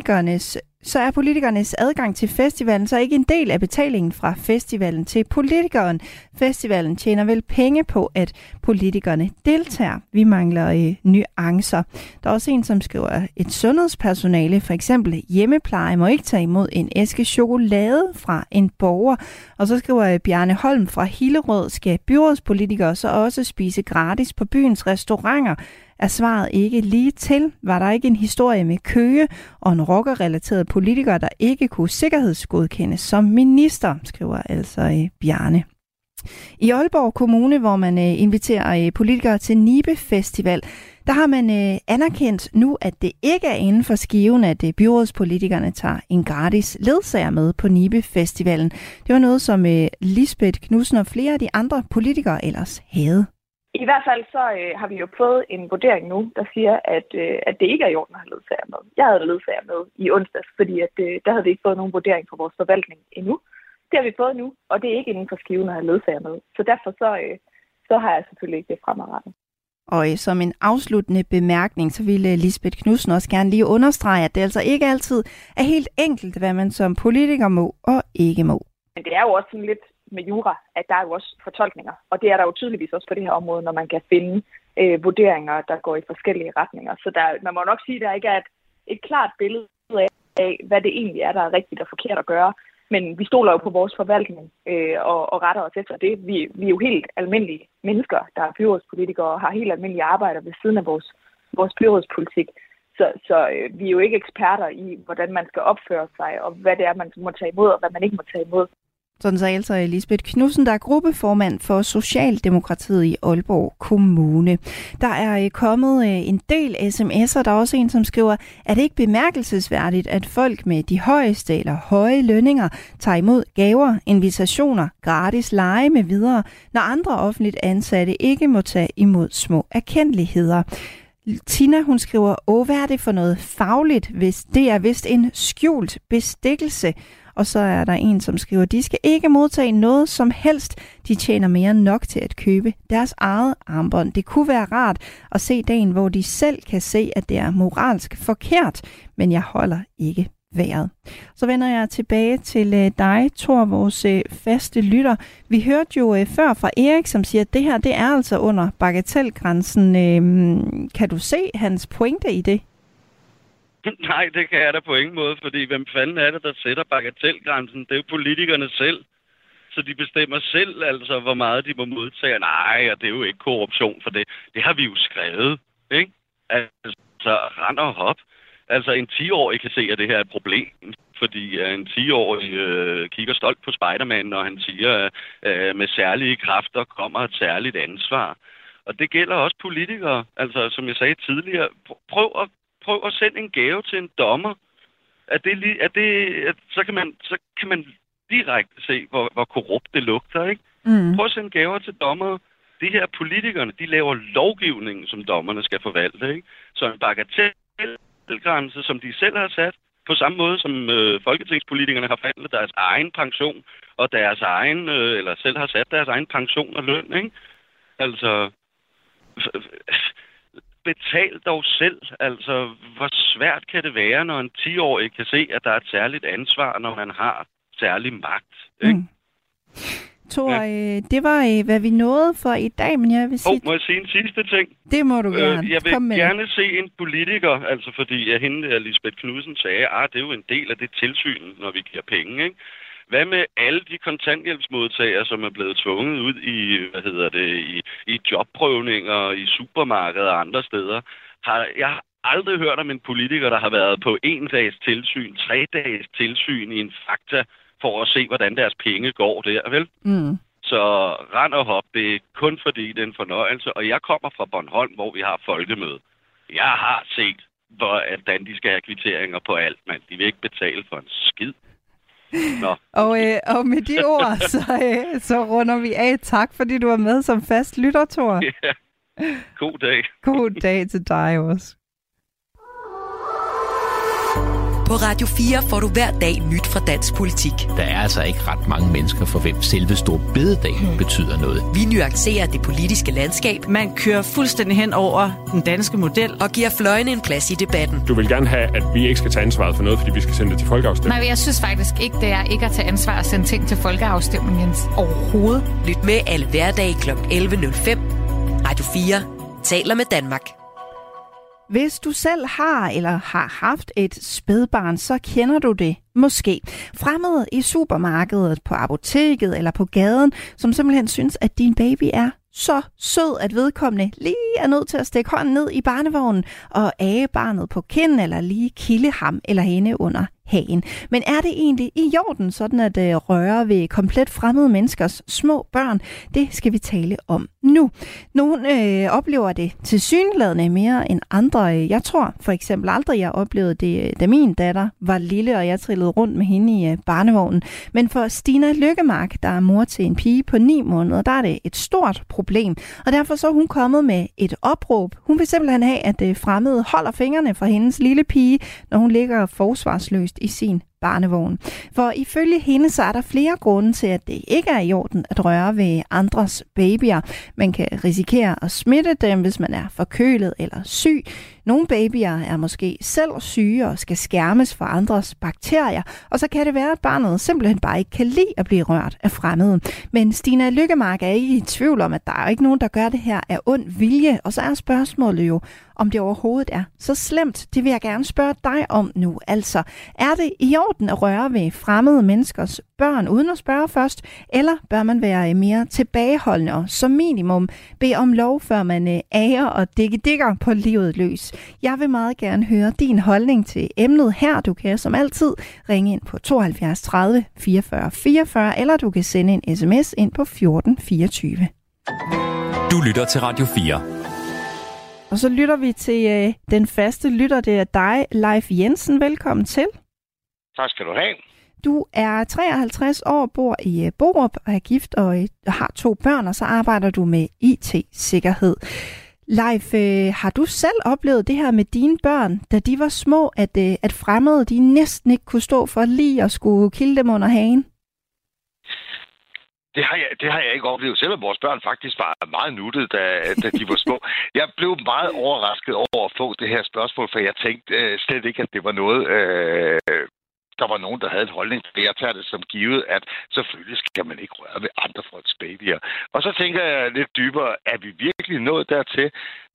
politikernes adgang til festivalen så ikke en del af betalingen fra festivalen til politikeren. Festivalen tjener vel penge på, at politikerne deltager. Vi mangler nuancer. Der er også en, som skriver, et sundhedspersonale, for eksempel hjemmepleje, må ikke tage imod en æske chokolade fra en borger. Og så skriver Bjarne Holm fra Hillerød, skal byrådspolitikere så også spise gratis på byens restauranter? Er svaret ikke lige til? Var der ikke en historie med Køge og en rockerrelateret politiker, der ikke kunne sikkerhedsgodkendes som minister, skriver altså Bjarne. I Aalborg Kommune, hvor man inviterer politikere til Nibe Festival, der har man anerkendt nu, at det ikke er inden for skiven, at byrådspolitikerne tager en gratis ledsager med på Nibe Festivalen. Det var noget, som Lisbeth Knudsen og flere af de andre politikere ellers havde. I hvert fald så har vi jo fået en vurdering nu, der siger, at det ikke er i orden at have ledsager med. Jeg havde ledsager med i onsdags, fordi der havde vi ikke fået nogen vurdering fra vores forvaltning endnu. Det har vi fået nu, og det er ikke inden for skiven at have ledsager med. Så derfor så har jeg selvfølgelig ikke det fremadrettet. Og som en afsluttende bemærkning, så ville Lisbeth Knudsen også gerne lige understrege, at det altså ikke altid er helt enkelt, hvad man som politiker må og ikke må. Men det er jo også sådan lidt med jura, at der er jo også fortolkninger. Og det er der jo tydeligvis også på det her område, når man kan finde vurderinger, der går i forskellige retninger. Så man må nok sige, at der ikke er et klart billede af, hvad det egentlig er, der er rigtigt og forkert at gøre. Men vi stoler jo på vores forvaltning og retter os efter det. Vi er jo helt almindelige mennesker, der er byrådspolitikere og har helt almindelige arbejder ved siden af vores byrådspolitik. Så vi er jo ikke eksperter i, hvordan man skal opføre sig, og hvad det er, man må tage imod, og hvad man ikke må tage imod. Sådan så altså Lisbeth Knudsen, der er gruppeformand for Socialdemokratiet i Aalborg Kommune. Der er kommet en del sms'er. Der er også en, som skriver, er det ikke bemærkelsesværdigt, at folk med de højeste eller høje lønninger tager imod gaver, invitationer, gratis lege med videre, når andre offentligt ansatte ikke må tage imod små erkendeligheder. Tina, hun skriver, hvad er det for noget fagligt, hvis det er vist en skjult bestikkelse? Og så er der en, som skriver, de skal ikke modtage noget som helst. De tjener mere end nok til at købe deres eget armbånd. Det kunne være rart at se dagen, hvor de selv kan se, at det er moralsk forkert, men jeg holder ikke vejret. Så vender jeg tilbage til dig, Thor, vores faste lytter. Vi hørte jo før fra Erik, som siger, at det her det er altså under bagatelgrænsen. Kan du se hans pointe i det? Nej, det kan jeg da på ingen måde, fordi hvem fanden er det, der sætter bagatelgrænsen? Det er jo politikerne selv. Så de bestemmer selv, altså, hvor meget de må modtage. Nej, og det er jo ikke korruption, for det har vi jo skrevet, ikke? Altså, rend og hop. Altså, en 10-årig kan se, at det her er et problem, fordi en 10-årig kigger stolt på Spider-Man, når han siger, at med særlige kræfter kommer et særligt ansvar. Og det gælder også politikere. Altså, som jeg sagde tidligere, prøv at sende en gave til en dommer. Så kan man direkte se, hvor korrupt det lugter, ikke? Prøv at sende gaver til dommer. De her politikerne, de laver lovgivning, som dommerne skal forvalte, ikke? Så en bagatelgrænse, som de selv har sat, på samme måde som folketingspolitikerne har forhandlet deres egen pension, og deres egen, eller selv har sat deres egen pension og løn, ikke? Altså, betal dog selv. Altså, hvor svært kan det være, når en 10-årig kan se, at der er et særligt ansvar, når man har særlig magt, ikke? Thor, det var, hvad vi nåede for i dag, men jeg vil sige... må jeg sige en sidste ting? Det må du gerne. Jeg vil gerne se en politiker, altså fordi hende, Lisbeth Knudsen, sagde, det er jo en del af det tilsyn, når vi giver penge, ikke? Hvad med alle de kontanthjælpsmodtagere, som er blevet tvunget ud i jobprøvninger, i supermarkeder og andre steder? Jeg har aldrig hørt om en politiker, der har været på 1 dags tilsyn, 3 dages tilsyn i en Fakta, for at se, hvordan deres penge går der, vel? Så rend og hop, det er kun fordi det er en fornøjelse. Og jeg kommer fra Bornholm, hvor vi har folkemøde. Jeg har set, hvordan de skal have kvitteringer på alt, mand. De vil ikke betale for en skid. Nå. Og med de ord, så runder vi af. Tak, fordi du var med som fast lytter, Thor. Ja. God dag. God dag til dig også. På Radio 4 får du hver dag nyt fra dansk politik. Der er altså ikke ret mange mennesker, for hvem selve store bededag betyder noget. Vi nuancerer det politiske landskab. Man kører fuldstændig hen over den danske model. Og giver fløjene en plads i debatten. Du vil gerne have, at vi ikke skal tage ansvaret for noget, fordi vi skal sende det til folkeafstemning. Nej, jeg synes faktisk ikke, det er ikke at tage ansvar og sende ting til folkeafstemning, Jens. Overhovedet. Lyt med alle hverdage kl. 11.05. Radio 4 taler med Danmark. Hvis du selv har eller har haft et spædbarn, så kender du det måske. Fremmede i supermarkedet, på apoteket eller på gaden, som simpelthen synes, at din baby er så sød, at vedkommende lige er nødt til at stikke hånden ned i barnevognen og age barnet på kinden eller lige kilde ham eller hende under hagen. Men er det egentlig i orden, sådan at røre ved komplet fremmede menneskers små børn? Det skal vi tale om nu. Nogle oplever det tilsyneladende mere end andre. Jeg tror for eksempel aldrig, jeg oplevede det, da min datter var lille, og jeg trillede rundt med hende i barnevognen. Men for Stina Lykkemark, der er mor til en pige på 9 måneder, der er det et stort problem. Og derfor så er hun kommet med et opråb. Hun vil simpelthen have, at fremmede holder fingrene fra hendes lille pige, når hun ligger forsvarsløst i sin barnevogn. For ifølge hende, så er der flere grunde til, at det ikke er i orden at røre ved andres babyer. Man kan risikere at smitte dem, hvis man er forkølet eller syg. Nogle babyer er måske selv syge og skal skærmes for andres bakterier, og så kan det være, at barnet simpelthen bare ikke kan lide at blive rørt af fremmede. Men Stina Lykkemark er ikke i tvivl om, at der er ikke nogen, der gør det her af ond vilje, og så er spørgsmålet jo, om det overhovedet er så slemt. Det vil jeg gerne spørge dig om nu. Altså, er det i orden orden at røre ved fremmede menneskers børn uden at spørge først, eller bør man være mere tilbageholdende og som minimum bede om lov, før man ærer og digger på livet løs? Jeg vil meget gerne høre din holdning til emnet her. Du kan som altid ringe ind på 72 30 44 44, eller du kan sende en sms ind på 1424. Du lytter til Radio 4. Og så lytter vi til den faste lytter, det er dig, Leif Jensen. Velkommen til. Tak skal du have. Du er 53 år, bor i Borup og er gift og har 2 børn, og så arbejder du med IT-sikkerhed. Leif, har du selv oplevet det her med dine børn, da de var små, at fremmede de næsten ikke kunne stå for lige at skulle kilde dem under hagen? Det har jeg ikke oplevet, selvom vores børn faktisk var meget nuttede, da de var små. Jeg blev meget overrasket over at få det her spørgsmål, for jeg tænkte slet ikke, at det var noget, der var nogen, der havde en holdning til det. Jeg tager det som givet, at selvfølgelig skal man ikke røre ved andre folks babyer. Og så tænker jeg lidt dybere, er vi virkelig nået dertil,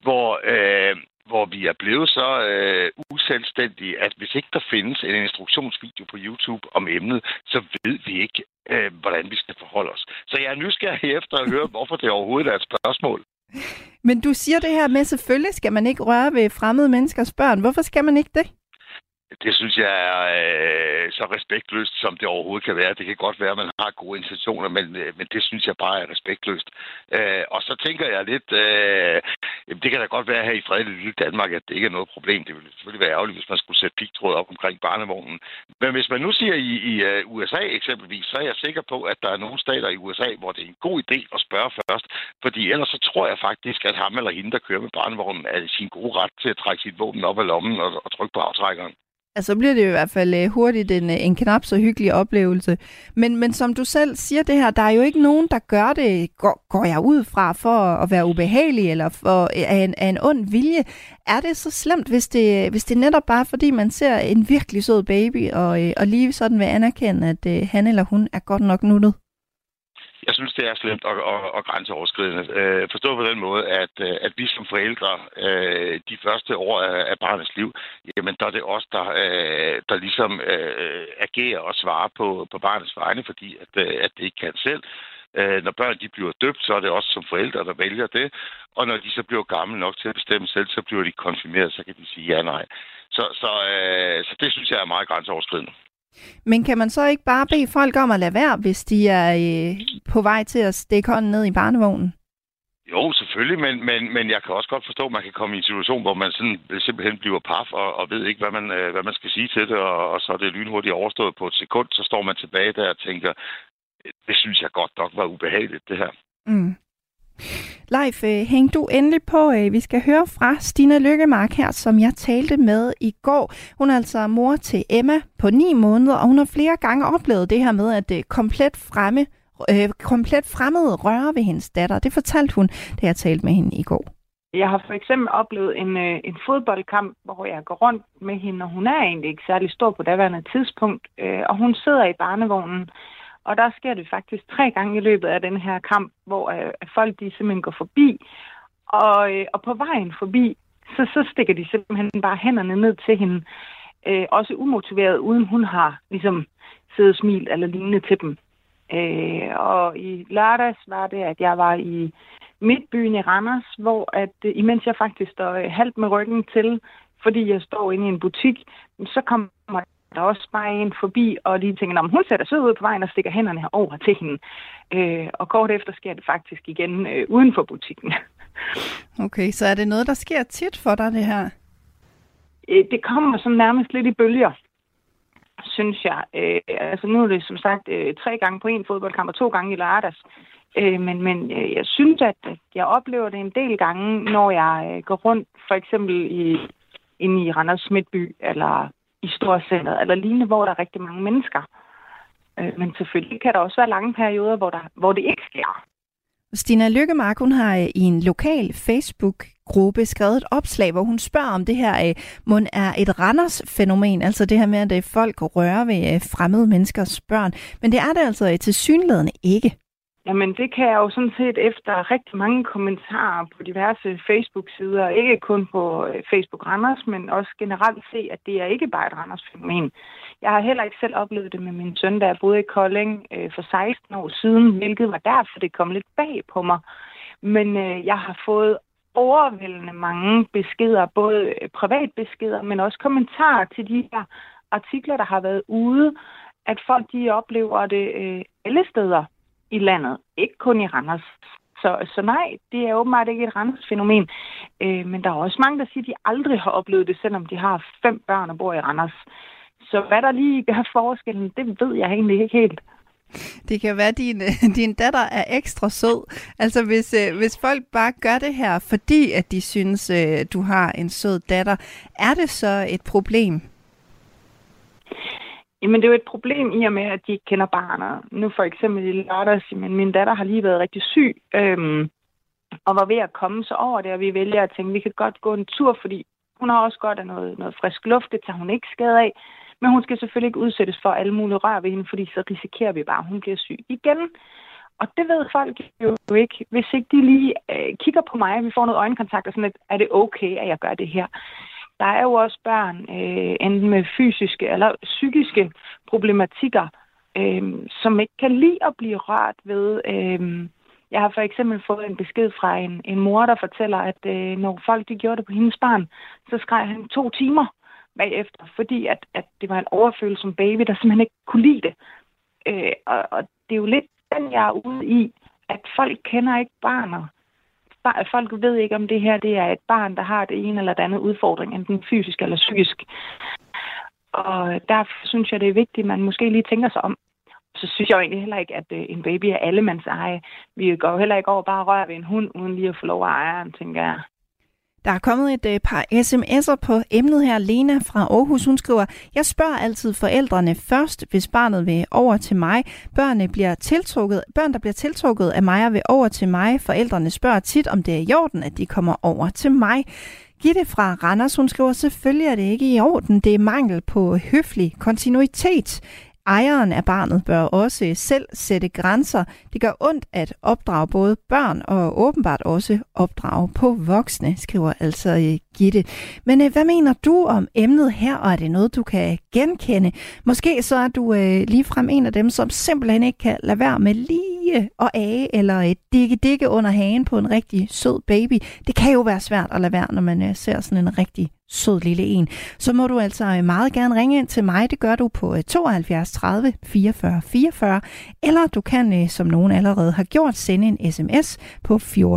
hvor vi er blevet så uselvstændige, at hvis ikke der findes en instruktionsvideo på YouTube om emnet, så ved vi ikke, hvordan vi skal forholde os. Så jeg er nysgerrig efter at høre, hvorfor det overhovedet er et spørgsmål. Men du siger det her med, selvfølgelig skal man ikke røre ved fremmede menneskers børn. Hvorfor skal man ikke det? Det synes jeg er så respektløst, som det overhovedet kan være. Det kan godt være, at man har gode intentioner, men det synes jeg bare er respektløst. Og så tænker jeg lidt, det kan da godt være her i fredeligt lille Danmark, at det ikke er noget problem. Det ville selvfølgelig være ærgerligt, hvis man skulle sætte pigtråd op omkring barnevognen. Men hvis man nu siger i USA eksempelvis, så er jeg sikker på, at der er nogle stater i USA, hvor det er en god idé at spørge først. Fordi ellers så tror jeg faktisk, at ham eller hende, der kører med barnevognen, er i sin gode ret til at trække sit våben op af lommen og trykke på aftrækkeren. Altså, så bliver det i hvert fald hurtigt en knap så hyggelig oplevelse. Men som du selv siger det her, der er jo ikke nogen, der gør det, går jeg ud fra, for at være ubehagelig eller af en ond vilje. Er det så slemt, hvis det netop bare fordi man ser en virkelig sød baby, og lige sådan vil anerkende, at han eller hun er godt nok nuttet? Jeg synes, det er slemt og grænseoverskridende. Forstå på den måde, at vi som forældre, de første år af barnets liv, jamen der er det os, der ligesom agerer og svarer på barnets vegne, fordi at det ikke kan selv. Når børn de bliver døbt, så er det også som forældre, der vælger det. Og når de så bliver gamle nok til at bestemme selv, så bliver de konfirmeret, så kan de sige ja, nej. Så det synes jeg er meget grænseoverskridende. Men kan man så ikke bare bede folk om at lade være, hvis de er på vej til at stikke hånden ned i barnevognen? Jo, selvfølgelig, men jeg kan også godt forstå, at man kan komme i en situation, hvor man simpelthen bliver paf og ved ikke, hvad man skal sige til det, og så er det lynhurtigt overstået på et sekund, så står man tilbage der og tænker, det synes jeg godt nok var ubehageligt, det her. Mm. Leif, hæng du endelig på. Vi skal høre fra Stine Lykkemark her, som jeg talte med i går. Hun er altså mor til Emma på 9 måneder, og hun har flere gange oplevet det her med, at komplet fremmede rører ved hendes datter. Det fortalte hun, da jeg talte med hende i går. Jeg har for eksempel oplevet en fodboldkamp, hvor jeg går rundt med hende, og hun er egentlig ikke særlig stor på daværende tidspunkt, og hun sidder i barnevognen. Og der sker det faktisk 3 gange i løbet af den her kamp, hvor folk de simpelthen går forbi. Og på vejen forbi, så stikker de simpelthen bare hænderne ned til hende. Også umotiveret, uden hun har ligesom siddet og smilt eller lignende til dem. Og i lørdags var det, at jeg var i midtbyen i Randers, hvor at imens jeg faktisk står halvt med ryggen til, fordi jeg står inde i en butik, så kommer der også bare en forbi, og de tænker, hun sætter sød ud på vejen og stikker hænderne herover til hende. Og kort efter sker det faktisk igen uden for butikken. Okay, så er det noget, der sker tit for dig, det her? Det kommer sådan nærmest lidt i bølger, synes jeg. Altså nu er det som sagt 3 gange på en fodboldkamp og 2 gange i lørdags. Men jeg synes, at jeg oplever det en del gange, når jeg går rundt, for eksempel inde i Randers Midtby, eller i Storcenteret, eller lignende, hvor der er rigtig mange mennesker. Men selvfølgelig kan der også være lange perioder, hvor det ikke sker. Stine Lykkemark, hun har i en lokal Facebook-gruppe skrevet et opslag, hvor hun spørger om det her er et Randers-fænomen, altså det her med, at folk rører ved fremmede menneskers børn. Men det er det altså tilsyneladende ikke. Jamen, det kan jeg jo sådan set efter rigtig mange kommentarer på diverse Facebook-sider, ikke kun på Facebook Randers, men også generelt se, at det er ikke bare et Randers-fænomen. Jeg har heller ikke selv oplevet det med min søn, da jeg boede i Kolding for 16 år siden, hvilket var derfor, det kom lidt bag på mig. Men jeg har fået overvældende mange beskeder, både privatbeskeder, men også kommentarer til de her artikler, der har været ude, at folk de oplever det alle steder i landet, ikke kun i Randers. Så nej, det er åbenbart ikke et Randers-fænomen. Men der er også mange, der siger, at de aldrig har oplevet det, selvom de har 5 børn og bor i Randers. Så hvad der lige gør forskellen, det ved jeg egentlig ikke helt. Det kan være, at din datter er ekstra sød. Altså hvis folk bare gør det her, fordi at de synes, du har en sød datter, er det så et problem? Jamen, det er jo et problem i og med, at de ikke kender barnet. Nu for eksempel i lørdags, men min datter har lige været rigtig syg, og var ved at komme så over det, og vi vælger at tænke, at vi kan godt gå en tur, fordi hun har også godt af noget frisk luft, det tager hun ikke skade af. Men hun skal selvfølgelig ikke udsættes for alle mulige rør ved hende, fordi så risikerer vi bare, at hun bliver syg igen. Og det ved folk jo ikke. Hvis ikke de lige kigger på mig, vi får noget øjenkontakt og sådan lidt, er det okay, at jeg gør det her? Der er jo også børn, enten med fysiske eller psykiske problematikker, som ikke kan lide at blive rørt ved. Jeg har for eksempel fået en besked fra en mor, der fortæller, at når folk de gjorde det på hendes barn, så skreg han 2 timer bagefter, fordi at det var en overfølsom baby, der simpelthen ikke kunne lide det. Og det er jo lidt den, jeg er ude i, at folk kender ikke barnet. Folk ved ikke, om det her det er et barn, der har det ene eller det andet udfordring, enten fysisk eller psykisk. Og derfor synes jeg, det er vigtigt, at man måske lige tænker sig om. Så synes jeg jo egentlig heller ikke, at en baby er allemands eje. Vi går jo heller ikke over bare at røre ved en hund, uden lige at få lov at eje den, tænker jeg. Der er kommet et par sms'er på emnet her. Lena fra Aarhus, hun skriver, jeg spørger altid forældrene først, hvis barnet vil over til mig. Børn, der bliver tiltrukket af mig og vil over til mig. Forældrene spørger tit, om det er i orden, at de kommer over til mig. Gitte fra Randers, hun skriver, selvfølgelig er det ikke i orden. Det er mangel på høflig kontinuitet. Ejeren af barnet bør også selv sætte grænser. Det gør ondt at opdrage både børn og åbenbart også opdrage på voksne, skriver altså Gitte. Men hvad mener du om emnet her, og er det noget, du kan genkende? Måske så er du ligefrem en af dem, som simpelthen ikke kan lade være med lige at age eller dikke under hagen på en rigtig sød baby. Det kan jo være svært at lade være, når man ser sådan en rigtig sød lille en. Så må du altså meget gerne ringe ind til mig. Det gør du på 72 30 44 44. Eller du kan, som nogen allerede har gjort, sende en sms på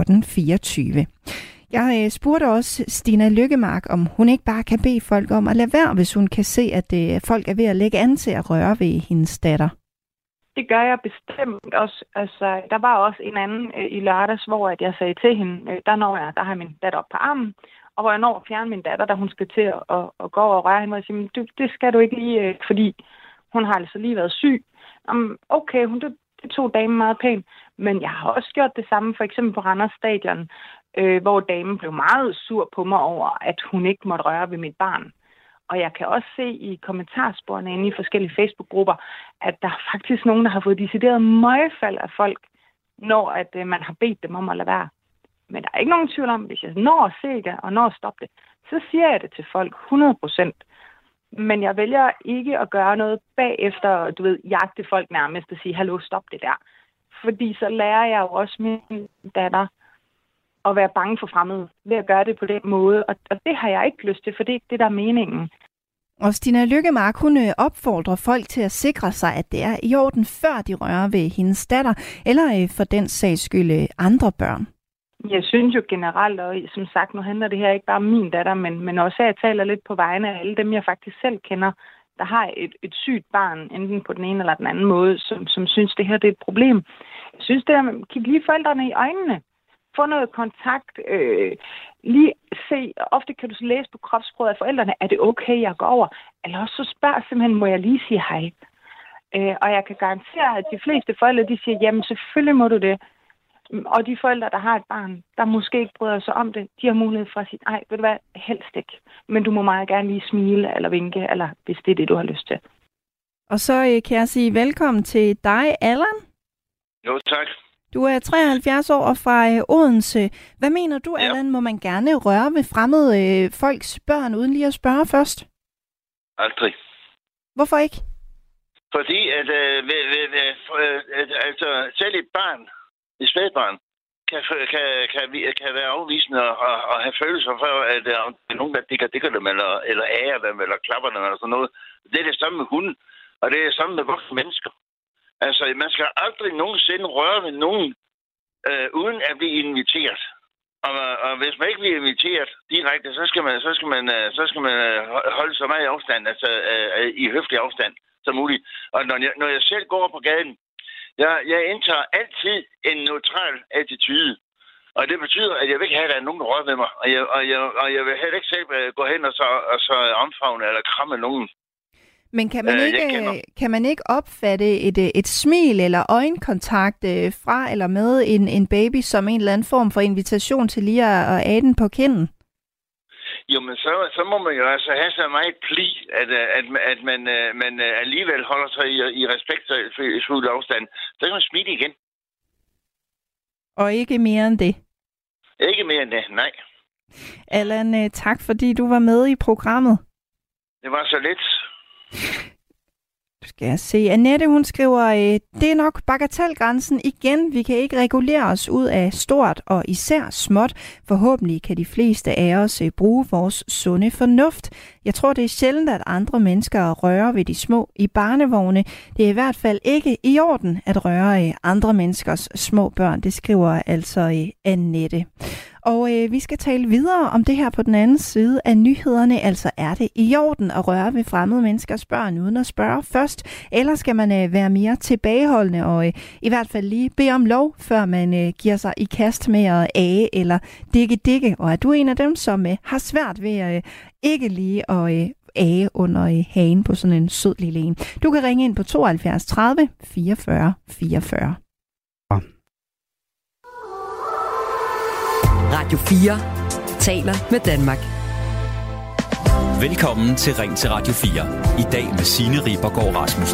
1424. Jeg spurgte også Stina Lykkemark, om hun ikke bare kan bede folk om at lade være, hvis hun kan se, at folk er ved at lægge an til at røre ved hendes datter. Det gør jeg bestemt også. Altså, der var også en anden i lørdags, hvor at jeg sagde til hende, der har min datter op på armen, og hvor jeg når at fjerne min datter, da hun skal til at gå over og røre hende, og jeg siger, det skal du ikke lige, fordi hun har altså lige været syg. Okay, det tog damen meget pænt, men jeg har også gjort det samme, for eksempel på Randers Stadion, hvor damen blev meget sur på mig over, at hun ikke måtte røre ved mit barn. Og jeg kan også se i kommentarsporene inde i forskellige Facebook-grupper, at der er faktisk nogen, der har fået decideret møgfald af folk, når at man har bedt dem om at lade være. Men der er ikke nogen tvivl om, hvis jeg når at se det og når at stoppe det, så siger jeg det til folk 100%. Men jeg vælger ikke at gøre noget bagefter, jagte folk nærmest og sige, hallo, stop det der. Fordi så lærer jeg jo også min datter at være bange for fremmede ved at gøre det på den måde. Og det har jeg ikke lyst til, for det er ikke det, der er meningen. Og Stina Lykkemark, hun opfordrer folk til at sikre sig, at det er i orden, før de rører ved hendes datter, eller for den sags skyld andre børn. Jeg synes jo generelt, og som sagt, nu handler det her ikke bare om min datter, men også at jeg taler lidt på vegne af alle dem, jeg faktisk selv kender, der har et sygt barn, enten på den ene eller den anden måde, som synes, det her det er et problem. Jeg synes, det er at kigge lige forældrene i øjnene. Få noget kontakt. Lige se, ofte kan du læse på kropssproget af forældrene, er det okay, jeg går over? Eller også så spørg simpelthen, må jeg lige sige hej? Og jeg kan garantere, at de fleste forældre, de siger, jamen selvfølgelig må du det. Og de forældre, der har et barn, der måske ikke bryder sig om det, de har mulighed for at sige, nej, ved du hvad, helst ikke. Men du må meget gerne lige smile eller vinke, eller hvis det er det, du har lyst til. Og så kan jeg sige velkommen til dig, Allan. Jo, tak. Du er 73 år og fra Odense. Hvad mener du, Allan? Må man gerne røre ved fremmede folks børn, uden lige at spørge først? Aldrig. Hvorfor ikke? Fordi at selv et barn, et spædbarn, kan være afvisende og have følelser for, at der er nogen, der digger dem, eller ærer dem, eller klapper dem, eller sådan noget. Det er det samme med hunden, og det er det samme med voksne mennesker. Altså, man skal aldrig nogensinde røre ved nogen, uden at blive inviteret. Og hvis man ikke bliver inviteret direkte, så skal man holde så meget afstand, altså i høflig afstand som muligt. Og når jeg selv går på gaden, jeg indtager altid en neutral attitude. Og det betyder, at jeg vil ikke have, at der er nogen, der rører ved mig. Og jeg vil heller ikke selv gå hen og så omfavne eller kramme nogen. Men kan man ikke opfatte et smil eller øjenkontakt fra eller med en baby som en eller anden form for invitation til lige at ade den på kinden? Jo, men så må man jo altså have så meget pli, at man alligevel holder sig i respektfuld afstand. Så kan man smile igen. Og ikke mere end det? Ikke mere end det, nej. Allan, tak fordi du var med i programmet. Det var så lidt. Skal jeg se. Annette, hun skriver, det er nok bagatelgrænsen igen. Vi kan ikke regulere os ud af stort og især småt. Forhåbentlig kan de fleste af os bruge vores sunde fornuft. Jeg tror, det er sjældent, at andre mennesker rører ved de små i barnevogne. Det er i hvert fald ikke i orden at røre andre menneskers små børn. Det skriver altså Annette. Og vi skal tale videre om det her på den anden side af nyhederne. Altså, er det i orden at røre ved fremmede menneskers børn uden at spørge først? Eller skal man være mere tilbageholdende og i hvert fald lige bede om lov, før man giver sig i kast med at age eller digge? Og er du en af dem, som har svært ved ikke lige at age under hagen på sådan en sød lille en? Du kan ringe ind på 72 30 44 44. Radio 4 taler med Danmark. Velkommen til Ring til Radio 4. I dag med Signe Ribergaard Rasmussen.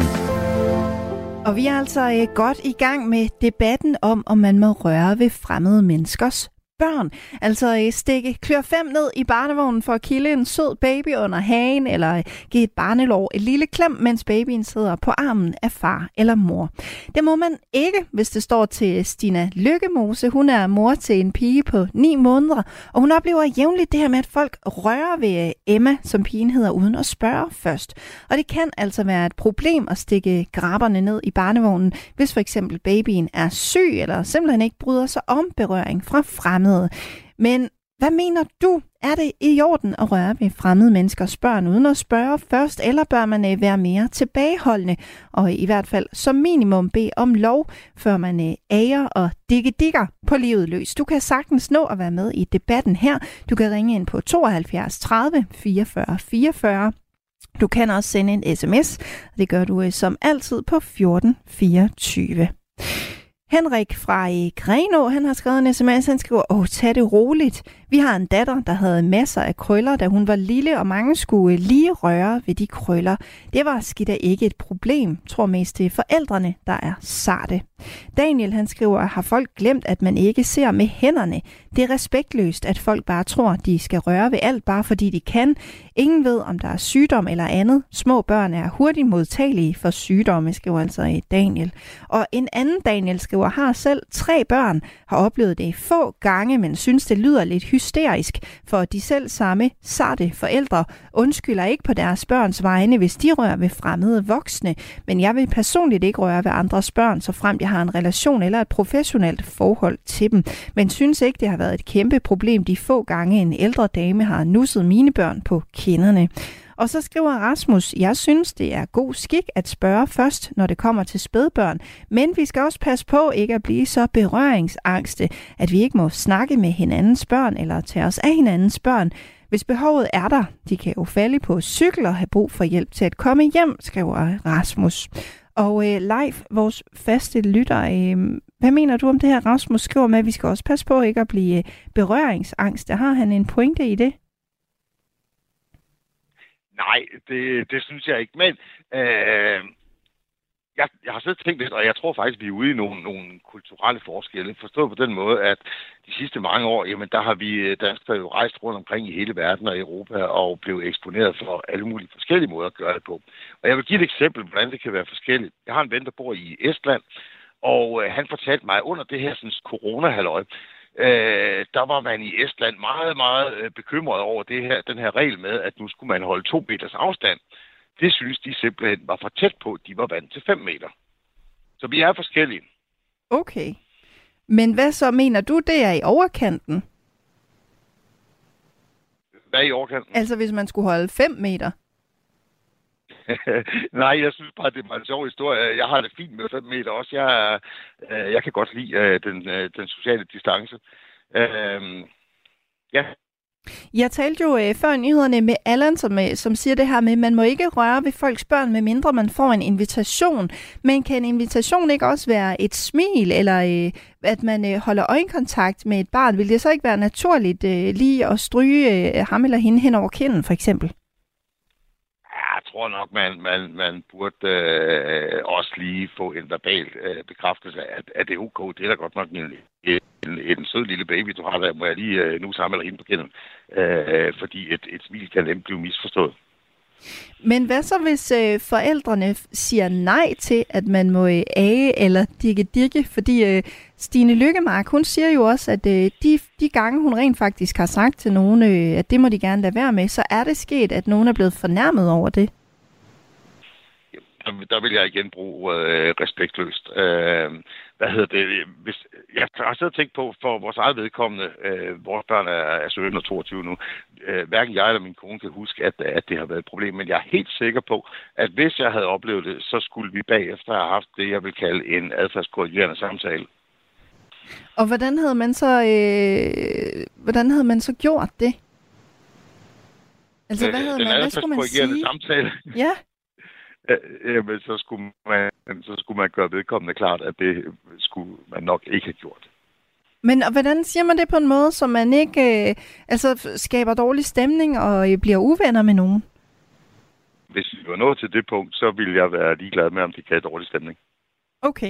Og vi er altså godt i gang med debatten om man må røre ved fremmede menneskers børn. Altså stikke klør 5 ned i barnevognen for at kilde en sød baby under hagen, eller give et barnelår et lille klem, mens babyen sidder på armen af far eller mor. Det må man ikke, hvis det står til Stina Lykkemose. Hun er mor til en pige på 9 måneder, og hun oplever jævnligt det her med, at folk rører ved Emma, som pigen hedder, uden at spørge først. Og det kan altså være et problem at stikke grabberne ned i barnevognen, hvis for eksempel babyen er syg, eller simpelthen ikke bryder sig om berøring fra fremmede. Men hvad mener du? Er det i orden at røre ved fremmede menneskers børn uden at spørge først, eller bør man være mere tilbageholdende og i hvert fald som minimum bede om lov, før man ager og digger på livet løs? Du kan sagtens nå at være med i debatten her. Du kan ringe ind på 72 30 44 44. Du kan også sende en sms, og det gør du som altid på 1424. Henrik fra Grenå, han har skrevet en sms, han skriver, tag det roligt. Vi har en datter, der havde masser af krøller, da hun var lille, og mange skulle lige røre ved de krøller. Det var skidt ikke et problem, tror mest det er forældrene, der er sarte. Daniel, han skriver, har folk glemt, at man ikke ser med hænderne? Det er respektløst, at folk bare tror, de skal røre ved alt, bare fordi de kan. Ingen ved, om der er sygdom eller andet. Små børn er hurtigt modtagelige for sygdomme, skriver altså Daniel. Og en anden Daniel skriver, har selv 3 børn, har oplevet det få gange, men synes, det lyder lidt hysterisk, for de selv samme sarte forældre undskylder ikke på deres børns vegne, hvis de rører ved fremmede voksne. Men jeg vil personligt ikke røre ved andres børn, så fremt jeg har en relation eller et professionelt forhold til dem. Men synes ikke, det har været et kæmpe problem de få gange, en ældre dame har nusset mine børn på kinderne. Og så skriver Rasmus, jeg synes, det er god skik at spørge først, når det kommer til spædbørn. Men vi skal også passe på ikke at blive så berøringsangste, at vi ikke må snakke med hinandens børn eller tage os af hinandens børn. Hvis behovet er der, de kan jo falde på cykel og have brug for hjælp til at komme hjem, skriver Rasmus. Og Leif, vores faste lytter, hvad mener du om det her, Rasmus skriver med, at vi skal også passe på ikke at blive berøringsangst? Har han en pointe i det? Nej, det synes jeg ikke. Men jeg har siddet og tænkt lidt, og jeg tror faktisk, vi er ude i nogle kulturelle forskelle. Forstået på den måde, at de sidste mange år, jamen der har vi danskere jo rejst rundt omkring i hele verden og Europa og blevet eksponeret for alle mulige forskellige måder at gøre det på. Og jeg vil give et eksempel, hvordan det kan være forskelligt. Jeg har en ven, der bor i Estland, og han fortalte mig under det her sådan, corona-halløj, der var man i Estland meget, meget bekymret over den her regel med, at nu skulle man holde 2 meters afstand. Det synes de simpelthen var for tæt på. De var vant til 5 meter. Så vi er forskellige. Okay. Men hvad så mener du, det er i overkanten? Hvad er i overkanten? Altså hvis man skulle holde 5 meter? Nej, jeg synes bare, det var en sjov historie. Jeg har det fint med 5 meter også. Jeg kan godt lide den sociale distance. Ja. Jeg talte jo før i nyhederne med Allan, som siger det her med, at man må ikke røre ved folks børn, medmindre man får en invitation. Men kan en invitation ikke også være et smil, eller at man holder øjenkontakt med et barn? Vil det så ikke være naturligt lige at stryge ham eller hende hen over kinden, for eksempel? Jeg tror nok, man burde også lige få en verbal bekræftelse af, at det er ok. Det er da godt nok en sød lille baby, du har der, må jeg lige nu samle hende på kinden. Fordi et smil kan nemt blive misforstået. Men hvad så, hvis forældrene siger nej til, at man må age eller dikke? Fordi Stine Lykkemark, hun siger jo også, at de gange, hun rent faktisk har sagt til nogen, at det må de gerne lade være med, så er det sket, at nogen er blevet fornærmet over det. Der vil jeg igen bruge respektløst. Jeg har siddet og tænkt på, for vores eget vedkommende, vores børn er 17 og 22 nu, hverken jeg eller min kone kan huske, at det har været et problem, men jeg er helt sikker på, at hvis jeg havde oplevet det, så skulle vi bagefter have haft det, jeg vil kalde en adfærdskorrigerende samtale. Og hvordan havde man så gjort det? Altså, hvad skulle man sige? Samtale. Ja. Jamen, så skulle man gøre vedkommende klart, at det skulle man nok ikke have gjort. Men hvordan siger man det på en måde, så man ikke skaber dårlig stemning og bliver uvenner med nogen? Hvis vi var nået til det punkt, så ville jeg være ligeglad med, om det gav dårlig stemning. Okay.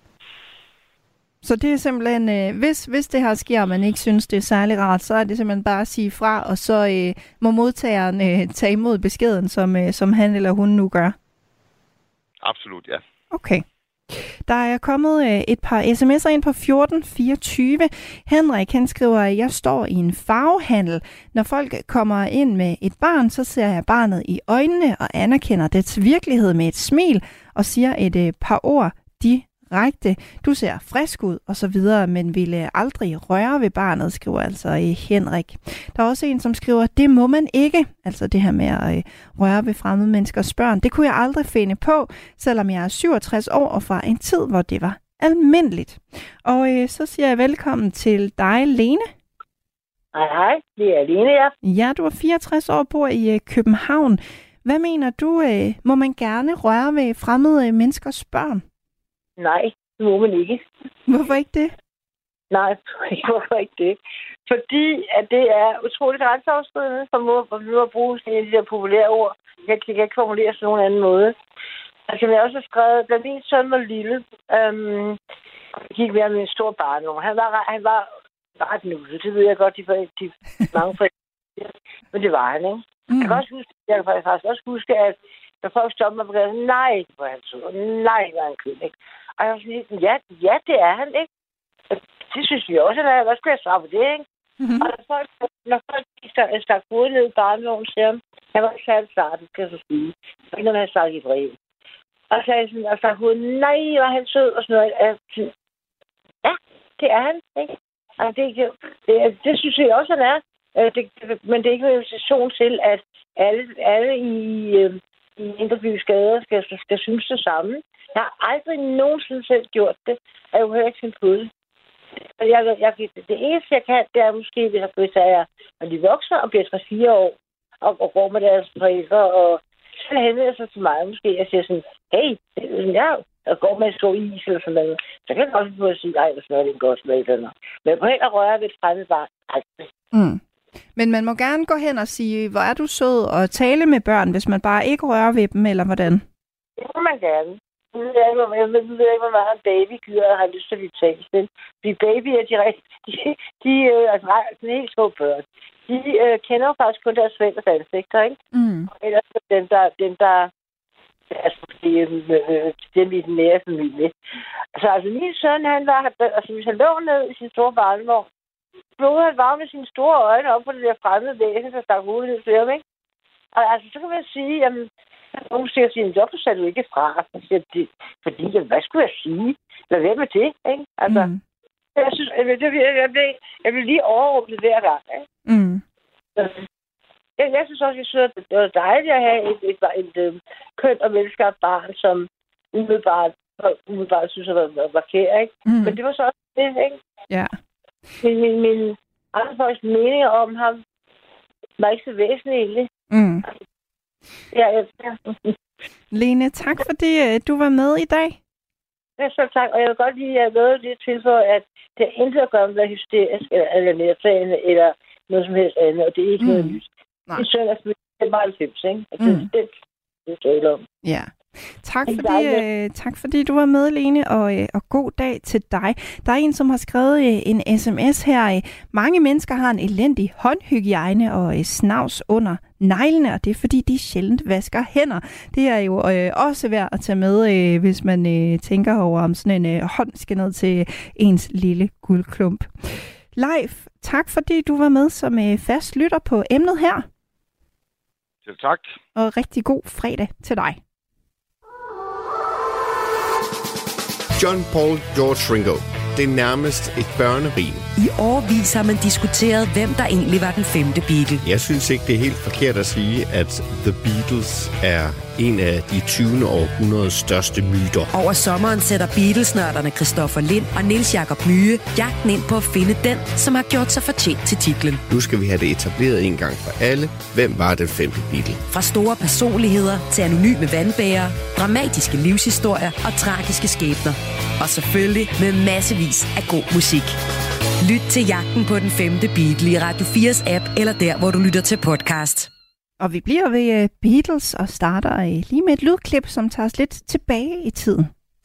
Så det er simpelthen, hvis det her sker, og man ikke synes, det er særlig rart, så er det simpelthen bare at sige fra, og så må modtageren tage imod beskeden, som han eller hun nu gør. Absolut, ja. Okay. Der er kommet et par sms'er ind på 1424. Henrik, han skriver, at jeg står i en farvehandel. Når folk kommer ind med et barn, så ser jeg barnet i øjnene og anerkender dets virkelighed med et smil og siger et par ord direkte. Du ser frisk ud og så videre, men ville aldrig røre ved barnet, skriver altså Henrik. Der er også en, som skriver, det må man ikke. Altså det her med at røre ved fremmede menneskers børn. Det kunne jeg aldrig finde på, selvom jeg er 67 år og fra en tid, hvor det var almindeligt. Og så siger jeg velkommen til dig, Lene. Hej, det er Lene, ja. Ja, du er 64 år og bor i København. Hvad mener du, må man gerne røre ved fremmede menneskers børn? Nej, det må man ikke. Hvorfor ikke det? Nej, hvorfor ikke det? Fordi at det er utroligt grænseoverskridende, som må bruge sådan de der populære ord. Jeg kan ikke formulere sådan nogen anden måde. Altså, jeg også har skrevet, da min søn var lille, gik med med en stor barnevogn. Han var ret nusset, det ved jeg godt, de mange forældre. Men det var han, ikke? Jeg kan faktisk også huske, at når folk stoppede mig på gaden, nej, hvor han så, nej, hvor han kød, ikke? Og jeg var sådan lidt, ja, det er han, ikke? Og det synes vi også, at hvad skulle jeg svare på det, ikke? Mm-hmm. Og når folk stak hovedet ned i barnevognen, siger han, han var ikke særlig sart, det skal jeg så sige. Og ikke når han stak i brev. Og så sagde jeg sådan, og stak hovedet, nej, hvor han sød, og sådan noget. Ja, det er han, ikke? Og det synes jeg også, han er. Men det er ikke en invitation til, at alle i Indre Gader skal synes det samme. Jeg har aldrig nogensinde selv gjort det, og jeg har ikke tænkt på det. Det eneste, jeg kan, det er måske, hvis jeg når de vokser og bliver 3-4 år, og går med deres forældre, og så henvender sig til mig måske, og siger sådan, hey, jeg går med at stå is eller sådan noget. Så kan jeg også få at sige, ej, hvor smager det en godt smag. Men på helt at røre ved et fremmed barn, aldrig. Mm. Men man må gerne gå hen og sige, hvor er du sød, og tale med børn, hvis man bare ikke rører ved dem, eller hvordan? Det må man gerne. Jeg ved ikke, hvor meget babygyder har lyst til at blive talt. Fordi babyer, de er sådan helt små børn. De kender jo faktisk kun deres forældres ansigter, ikke? Mm. Ellers dem, der altså, dem i den nære familie. Altså min søn, hvis han lå ned i sin store barnevogn, blod han var med sine store øjne op på det der fremmede væsen, der stak hovedet ned til ham, ikke? Og altså, så kan man sige, jamen, nogen siger, hvorfor sagde du ikke fra? Fordi, hvad skulle jeg sige? Lad være med det, ikke? Altså, jeg synes, jeg vil lige overrumpet hver gang, ikke? Mm. Jeg synes også, at det var dejligt at have et kønt og velskabt barn, som umiddelbart synes, at var kær, ikke? Mm. Men det var så også det, ikke? Ja. Min andre folks meninger om ham var ikke så væsentlige, egentlig. Mm. Ja. Lene, tak fordi du var med i dag. Ja, så tak. Og jeg vil godt lige have noget lidt til for, at det er intet at gøre med at hysterisk eller nærtagende eller noget som helst andet, og det er ikke noget nyt. Det er søndag, det er meget 90, ikke? Og det er om. Ja. Tak fordi du var med, Lene, og god dag til dig. Der er en, som har skrevet en sms her. Mange mennesker har en elendig håndhygiejne og snavs under neglene, og det er fordi, de sjældent vasker hænder. Det er jo også værd at tage med, hvis man tænker over, om sådan en hånd skal ned til ens lille guldklump. Leif, tak fordi du var med som fast lytter på emnet her. Selv tak. Og rigtig god fredag til dig. John Paul George Ringo. Det er nærmest et børnerim. I årevis har man diskuteret, hvem der egentlig var den femte Beatle. Jeg synes ikke, det er helt forkert at sige, at The Beatles er en af de 20. århundredes største myter. Over sommeren sætter Beatles-nørderne Christoffer Lind og Niels Jakob Myhe jagten ind på at finde den, som har gjort sig fortjent til titlen. Nu skal vi have det etableret en gang for alle. Hvem var den femte Beatle? Fra store personligheder til anonyme vandbærere, dramatiske livshistorier og tragiske skæbner. Og selvfølgelig med massevis af god musik. Lyt til jagten på den femte Beatle i Radio 4's app, eller der, hvor du lytter til podcast. Og vi bliver ved Beatles og starter lige med et lydklip, som tager os lidt tilbage i tiden.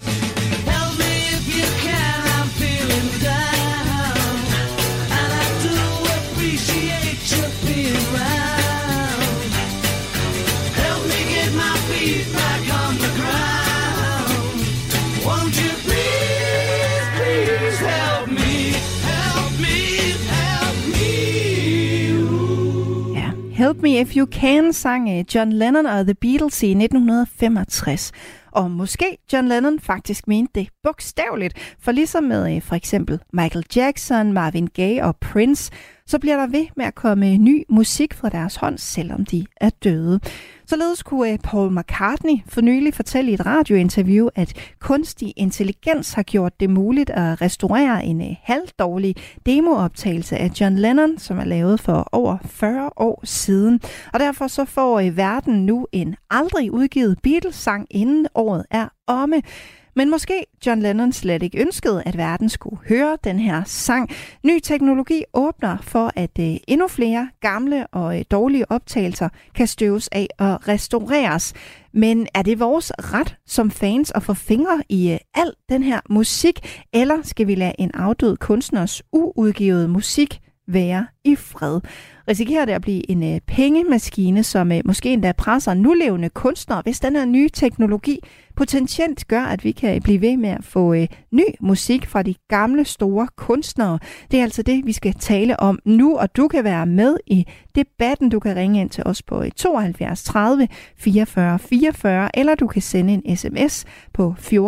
Help Me If You Can sang John Lennon og The Beatles i 1965. Og måske John Lennon faktisk mente det bogstaveligt, for ligesom med for eksempel Michael Jackson, Marvin Gaye og Prince, så bliver der ved med at komme ny musik fra deres hånd, selvom de er døde. Således kunne Paul McCartney for nylig fortælle i et radiointerview, at kunstig intelligens har gjort det muligt at restaurere en halvdårlig demooptagelse af John Lennon, som er lavet for over 40 år siden. Og derfor så får verden nu en aldrig udgivet Beatles-sang, inden året er omme. Men måske John Lennon slet ikke ønskede, at verden skulle høre den her sang. Ny teknologi åbner for, at endnu flere gamle og dårlige optagelser kan støves af og restaureres. Men er det vores ret som fans at få fingre i al den her musik, eller skal vi lade en afdød kunstners uudgivet musik være i fred? Risikerer det at blive en pengemaskine, som måske endda presser nulevende kunstnere, hvis den her nye teknologi potentielt gør, at vi kan blive ved med at få ny musik fra de gamle store kunstnere? Det er altså det, vi skal tale om nu, og du kan være med i debatten. Du kan ringe ind til os på 72 30 44 44, eller du kan sende en sms på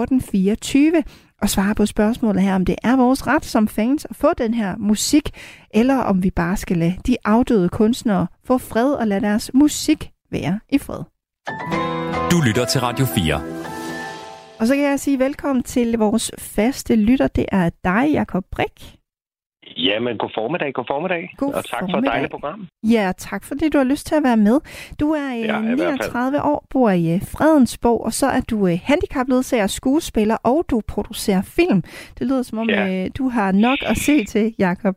1424 og svare på spørgsmålet her, om det er vores ret som fans at få den her musik, eller om vi bare skal lade de afdøde kunstnere få fred og lade deres musik være i fred. Du lytter til Radio 4. Og så kan jeg sige velkommen til vores faste lytter. Det er dig, Jakob Brik. Jamen, god formiddag. Og tak for et dejligt program. Ja, tak fordi du har lyst til at være med. Du er 39 år, bor i Fredensborg, og så er du handicapledsager, skuespiller, og du producerer film. Det lyder som om, du har nok at se til, Jakob.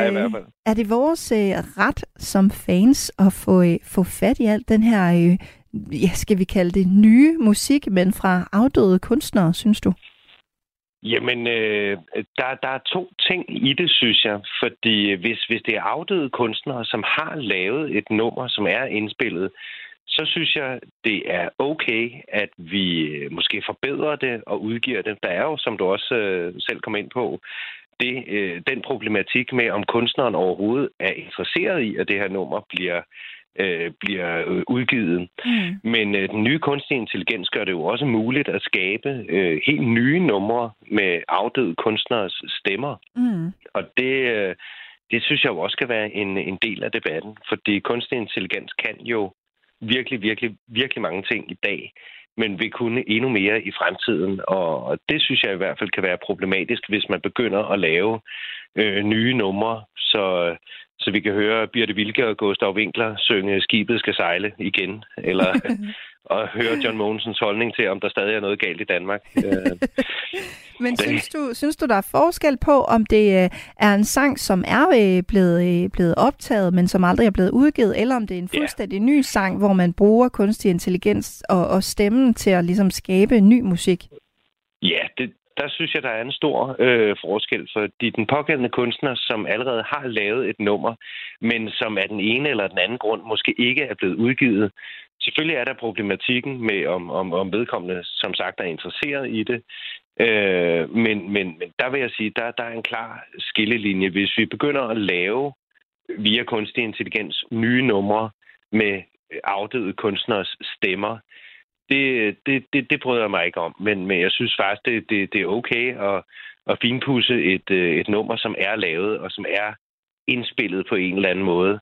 Er det vores ret som fans at få fat i alt den her skal vi kalde det nye musik, men fra afdøde kunstnere, synes du? Jamen, der er to ting i det, synes jeg. Fordi hvis det er afdøde kunstnere, som har lavet et nummer, som er indspillet, så synes jeg, det er okay, at vi måske forbedrer det og udgiver det. Der er jo, som du også selv kom ind på, den problematik med, om kunstneren overhovedet er interesseret i, at det her nummer bliver udgivet. Men den nye kunstige intelligens gør det jo også muligt at skabe helt nye numre med afdøde kunstneres stemmer. Og det synes jeg jo også skal være en del af debatten, fordi kunstig intelligens kan jo virkelig, virkelig, virkelig mange ting i dag, men vil kunne endnu mere i fremtiden. Og det synes jeg i hvert fald kan være problematisk, hvis man begynder at lave nye numre, så vi kan høre Birte Wilke og Gustav Winkler synge "Skibet skal sejle" igen, eller og høre John Mogensens holdning til, om der stadig er noget galt i Danmark. Men synes du, der er forskel på, om det er en sang, som er blevet optaget, men som aldrig er blevet udgivet, eller om det er en fuldstændig ny sang, hvor man bruger kunstig intelligens og stemmen til at ligesom skabe ny musik? Ja, der synes jeg, der er en stor forskel, fordi den pågældende kunstner, som allerede har lavet et nummer, men som af den ene eller den anden grund måske ikke er blevet udgivet. Selvfølgelig er der problematikken med, om vedkommende, som sagt, er interesseret i det. Men der vil jeg sige, der er en klar skillelinje. Hvis vi begynder at lave via kunstig intelligens nye numre med afdøde kunstners stemmer, det bryder jeg mig ikke om, men jeg synes faktisk, det er okay at finpudse et nummer, som er lavet og som er indspillet på en eller anden måde,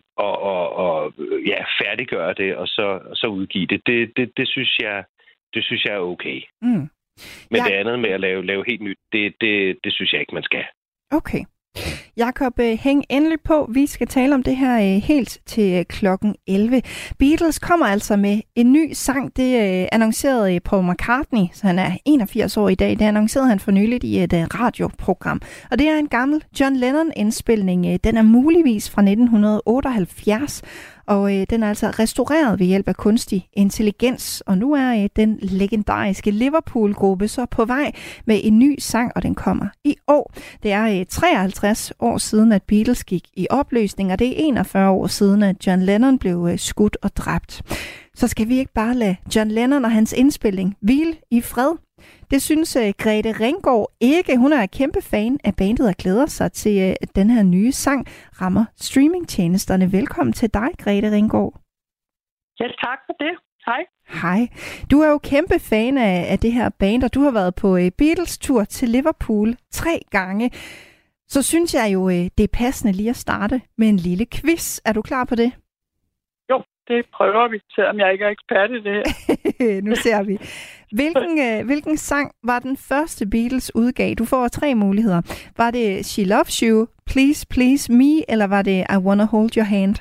og færdiggøre det og så udgive det. Det synes jeg er okay. Men det andet med at lave helt nyt, det synes jeg ikke, man skal. Okay. Jakob, hæng endelig på. Vi skal tale om det her helt til klokken 11. Beatles kommer altså med en ny sang. Det annoncerede Paul McCartney, så han er 81 år i dag. Det annoncerede han for nyligt i et radioprogram. Og det er en gammel John Lennon-indspilning. Den er muligvis fra 1978. Og den er altså restaureret ved hjælp af kunstig intelligens. Og nu er den legendariske Liverpool-gruppe så på vej med en ny sang, og den kommer i år. Det er 53 år siden, at Beatles gik i opløsning, og det er 41 år siden, at John Lennon blev skudt og dræbt. Så skal vi ikke bare lade John Lennon og hans indspilning hvile i fred? Det synes Grete Ringgaard ikke. Hun er kæmpe fan af bandet og glæder sig til, at den her nye sang rammer streamingtjenesterne. Velkommen til dig, Grete Ringgaard. Ja, tak for det. Hej. Hej. Du er jo kæmpe fan af det her band, og du har været på Beatles-tur til Liverpool 3 gange. Så synes jeg jo, det er passende lige at starte med en lille quiz. Er du klar på det? Jo, det prøver vi, selvom jeg ikke er ekspert i det her. Nu ser vi. Hvilken sang var den første Beatles udgav? Du får 3 muligheder. Var det She Loves You, Please Please Me, eller var det I Wanna Hold Your Hand?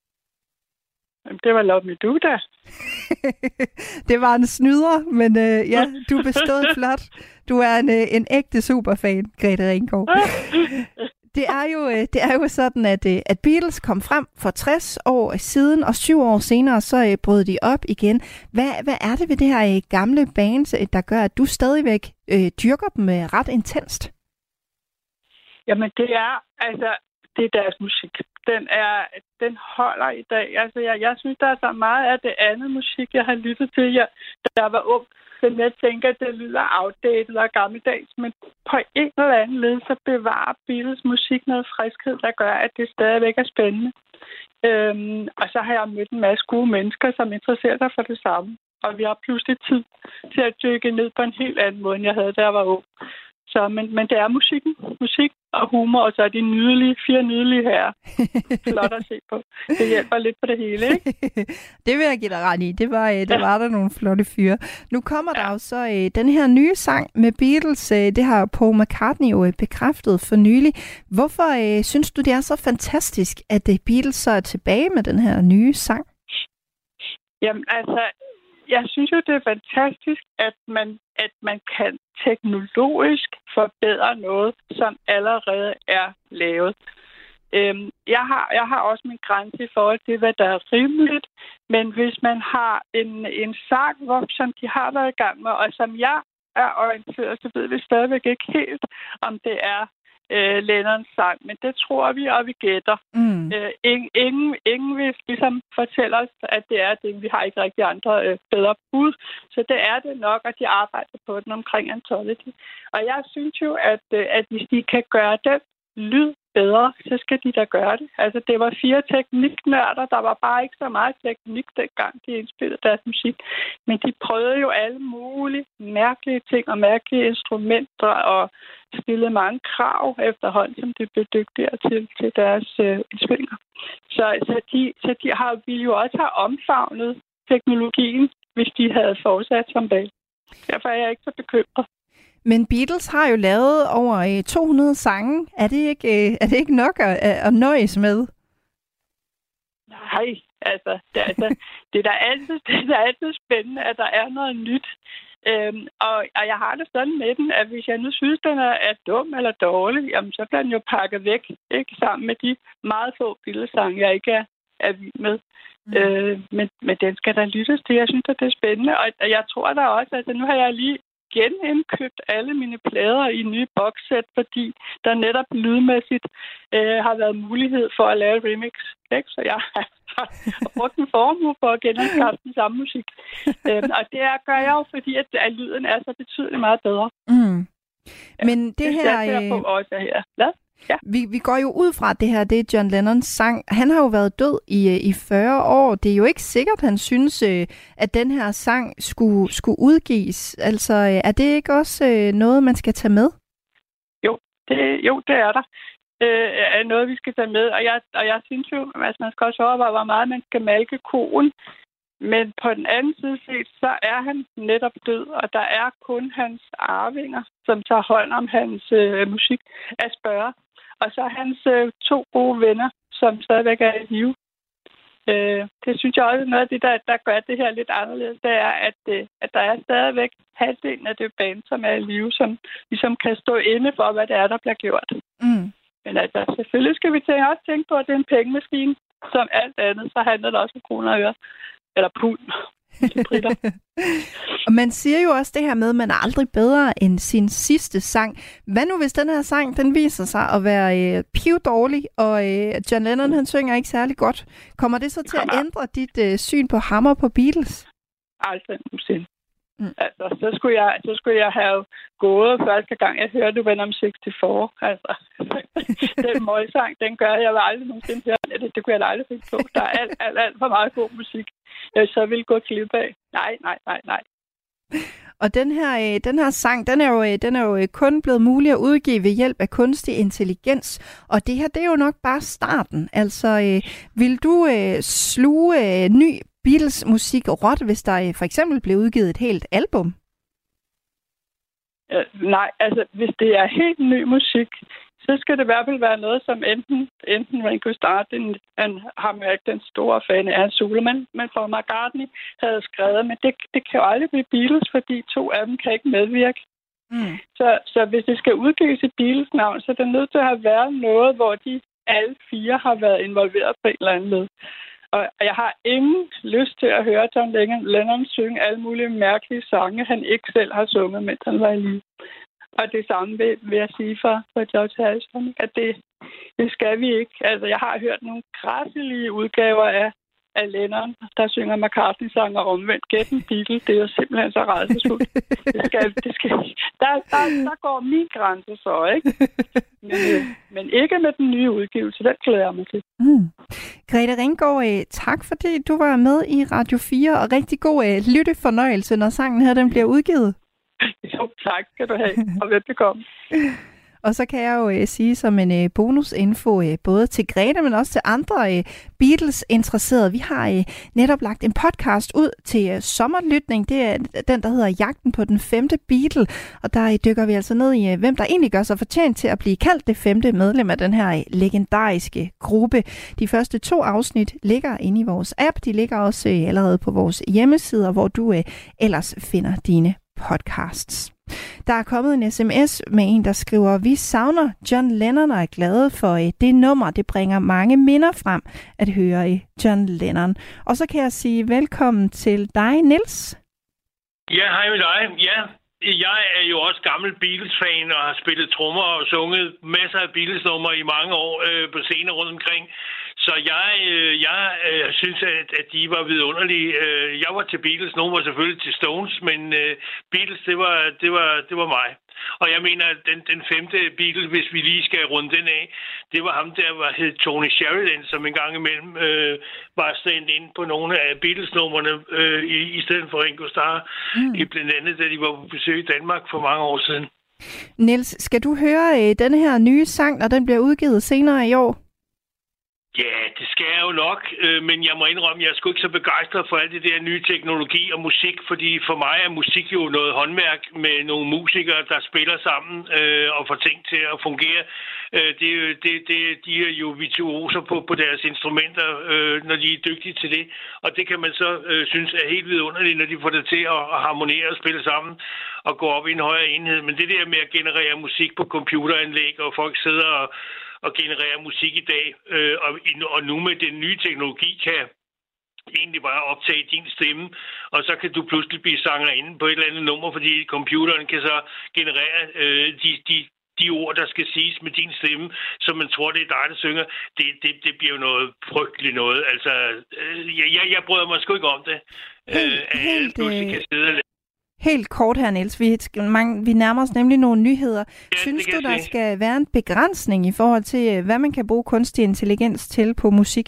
Det var Love Me Do, da. Det var en snyder, men ja, du bestod flot. Du er en ægte superfan, Grete Ringgaard. Det er jo sådan, at Beatles kom frem for 60 år siden, og 7 år senere, så brød de op igen. Hvad er det ved det her gamle band, der gør, at du stadigvæk dyrker dem ret intenst? Jamen, det er deres musik. Den holder i dag. Altså, jeg synes, der er så meget af det andet musik, jeg har lyttet til, da jeg var ung. Så jeg tænker, at det lyder outdated og gammeldags, men på en eller anden led, så bevarer Beatles musik noget friskhed, der gør, at det stadigvæk er spændende. Og så har jeg mødt en masse gode mennesker, som interesserer sig for det samme. Og vi har pludselig tid til at dykke ned på en helt anden måde, end jeg havde, da jeg var ung. Så, men det er musik og humor, og så er de 4 nydelige herrer. Flot at se på. Det hjælper lidt på det hele, ikke? Det vil jeg give dig ret i. Det var der nogle flotte fyre. Nu kommer der jo så den her nye sang med Beatles. Det har Paul McCartney jo bekræftet for nylig. Hvorfor synes du, det er så fantastisk, at Beatles så er tilbage med den her nye sang? Jamen altså, jeg synes jo, det er fantastisk, at man kan teknologisk forbedre noget, som allerede er lavet. Jeg har også min grænse i forhold til, hvad der er rimeligt, men hvis man har en sang, som de har været i gang med, og som jeg er orienteret, så ved vi stadigvæk ikke helt, om det er Lennons sang, men det tror vi, og vi gætter. Ingen vil ligesom fortælle os, at det er det. Vi har ikke rigtig andre bedre bud, så det er det nok, at de arbejder på den omkring Anthology. Og jeg synes jo, at hvis de kan gøre den lyd bedre, så skal de da gøre det. Altså, det var 4 tekniknørder. Der var bare ikke så meget teknik, dengang de indspillede deres musik. Men de prøvede jo alle mulige mærkelige ting og mærkelige instrumenter og stillede mange krav efterhånden, som de blev dygtigere til deres indspillinger. Så de ville jo også have omfavnet teknologien, hvis de havde fortsat som bag. Derfor er jeg ikke så bekymret. Men Beatles har jo lavet over 200 sange. Er det ikke nok at nøjes med? Nej, altså, det er da altid spændende, at der er noget nyt. Og jeg har det sådan med den, at hvis jeg nu synes, den er dum eller dårlig, jamen, så bliver den jo pakket væk, ikke, sammen med de meget få Beatles-sange, jeg ikke er vild med. Men den skal der lyttes til. Jeg synes, at det er spændende. Og jeg tror da også, altså nu har jeg lige genindkøbt alle mine plader i nye boxsæt, fordi der netop lydmæssigt har været mulighed for at lave remix. Ikke? Så jeg har brugt en formue for at genanskaffe den samme musik. Og det gør jeg jo, fordi at lyden er så betydeligt meget bedre. Men det her... på også her. Hvad? Ja. Vi går jo ud fra, at det her det er John Lennons sang. Han har jo været død i 40 år. Det er jo ikke sikkert, han synes, at den her sang skulle udgives. Altså, er det ikke også noget, man skal tage med? Jo, det er der. Er noget, vi skal tage med. Og jeg synes jo, at man skal også overveje, hvor meget man skal malke koen. Men på den anden side set, så er han netop død, og der er kun hans arvinger, som tager hånd om hans musik at spørge. Og så hans 2 gode venner, som stadigvæk er i live. Det synes jeg også er noget af det, der gør det her lidt anderledes. Det er, at der er stadigvæk halvdelen af det band, som er i live, som ligesom kan stå inde for, hvad det er, der bliver gjort. Men altså, selvfølgelig skal vi også tænke på, at det er en pengemaskine. Som alt andet, så handler det også om kroner og øre. Eller pund. Og man siger jo også det her med, at man er aldrig bedre end sin sidste sang. Hvad nu, hvis den her sang, den viser sig at være pivdårlig, og John Lennon, han synger ikke særlig godt? Kommer det så til at ændre dit syn på ham og på Beatles? Aldrig nogensinde. Altså, så skulle jeg have gået første gang, jeg hørte When I'm 64. Altså, den møgsang, den gør jeg aldrig nogensinde høre. Det kunne jeg aldrig finde på. Der er alt for meget god musik, jeg så ville gå glip af. Nej. Og den her sang, den er jo kun blevet mulig at udgive ved hjælp af kunstig intelligens. Og det her, det er jo nok bare starten. Altså, vil du sluge ny Beatles musik råt, hvis der for eksempel blev udgivet et helt album? Nej, altså hvis det er helt ny musik, så skal det i hvert fald være noget, som enten Ringo Starr, ham er ikke den store fan af Suleman, men for McCartney havde skrevet, men det kan jo aldrig blive Beatles, fordi 2 af dem kan ikke medvirke. Så hvis det skal udgives i Beatles navn, så er det nødt til at have været noget, hvor de alle 4 har været involveret på en eller anden måde. Og jeg har ingen lyst til at høre John Lennon synge alle mulige mærkelige sange, han ikke selv har sunget, mens han var i live. Og det samme vil jeg sige for George Harrison, at det skal vi ikke. Altså, jeg har hørt nogle krasselige udgaver af Lennon, der synger McCartney-sanger omvendt. Get en Beatle, det er jo simpelthen så rædselsfuldt. Der går min grænse så, ikke? Men ikke med den nye udgivelse, den glæder jeg mig til. Grete Ringgaard, tak fordi du var med i Radio 4, og rigtig god lyttefornøjelse, når sangen her den bliver udgivet. Jo, tak skal du have, og velbekomme. Og så kan jeg jo sige som en bonusinfo både til Grete, men også til andre Beatles-interesserede. Vi har netop lagt en podcast ud til sommerlytning. Det er den, der hedder Jagten på den 5. Beatle. Og der dykker vi altså ned i, hvem der egentlig gør sig fortjent til at blive kaldt det 5. medlem af den her legendariske gruppe. De første 2 afsnit ligger inde i vores app. De ligger også allerede på vores hjemmesider, hvor du ellers finder dine podcasts. Der er kommet en sms med en, der skriver, vi savner John Lennon og er glade for det nummer. Det bringer mange minder frem at høre John Lennon. Og så kan jeg sige velkommen til dig, Niels. Ja, hej med dig. Ja, jeg er jo også gammel Beatles-fan og har spillet trommer og sunget masser af Beatles-numre i mange år på scener rundt omkring. Så jeg synes, at de var vidunderlige. Jeg var til Beatles, nogen var selvfølgelig til Stones, men Beatles, det var mig. Og jeg mener, at den femte Beatles, hvis vi lige skal runde den af, det var ham, der hed Tony Sheridan, som en gang imellem var stand ind på nogle af Beatles-numrene i stedet for Ringo Starr, blandt andet, da de var på besøg i Danmark for mange år siden. Niels, skal du høre denne her nye sang, når den bliver udgivet senere i år? Ja, det skal jeg jo nok, men jeg må indrømme, at jeg er sgu ikke så begejstret for alt det der nye teknologi og musik, fordi for mig er musik jo noget håndværk med nogle musikere, der spiller sammen og får ting til at fungere. De er jo virtuoser på deres instrumenter, når de er dygtige til det, og det kan man så synes er helt vidunderligt, når de får det til at harmonere og spille sammen og gå op i en højere enhed. Men det der med at generere musik på computeranlæg, og folk sidder og generere musik i dag, og nu med den nye teknologi kan egentlig bare optage din stemme, og så kan du pludselig blive sangerinde på et eller andet nummer, fordi computeren kan så generere de ord, der skal siges med din stemme, så man tror, det er dig, der synger. Det bliver jo noget frygteligt noget. Altså, jeg bryder mig sgu ikke om det. At pludselig kan sidde og Helt kort her, Niels. Vi nærmer os nemlig nogle nyheder. Ja, synes du, der skal være en begrænsning i forhold til, hvad man kan bruge kunstig intelligens til på musik?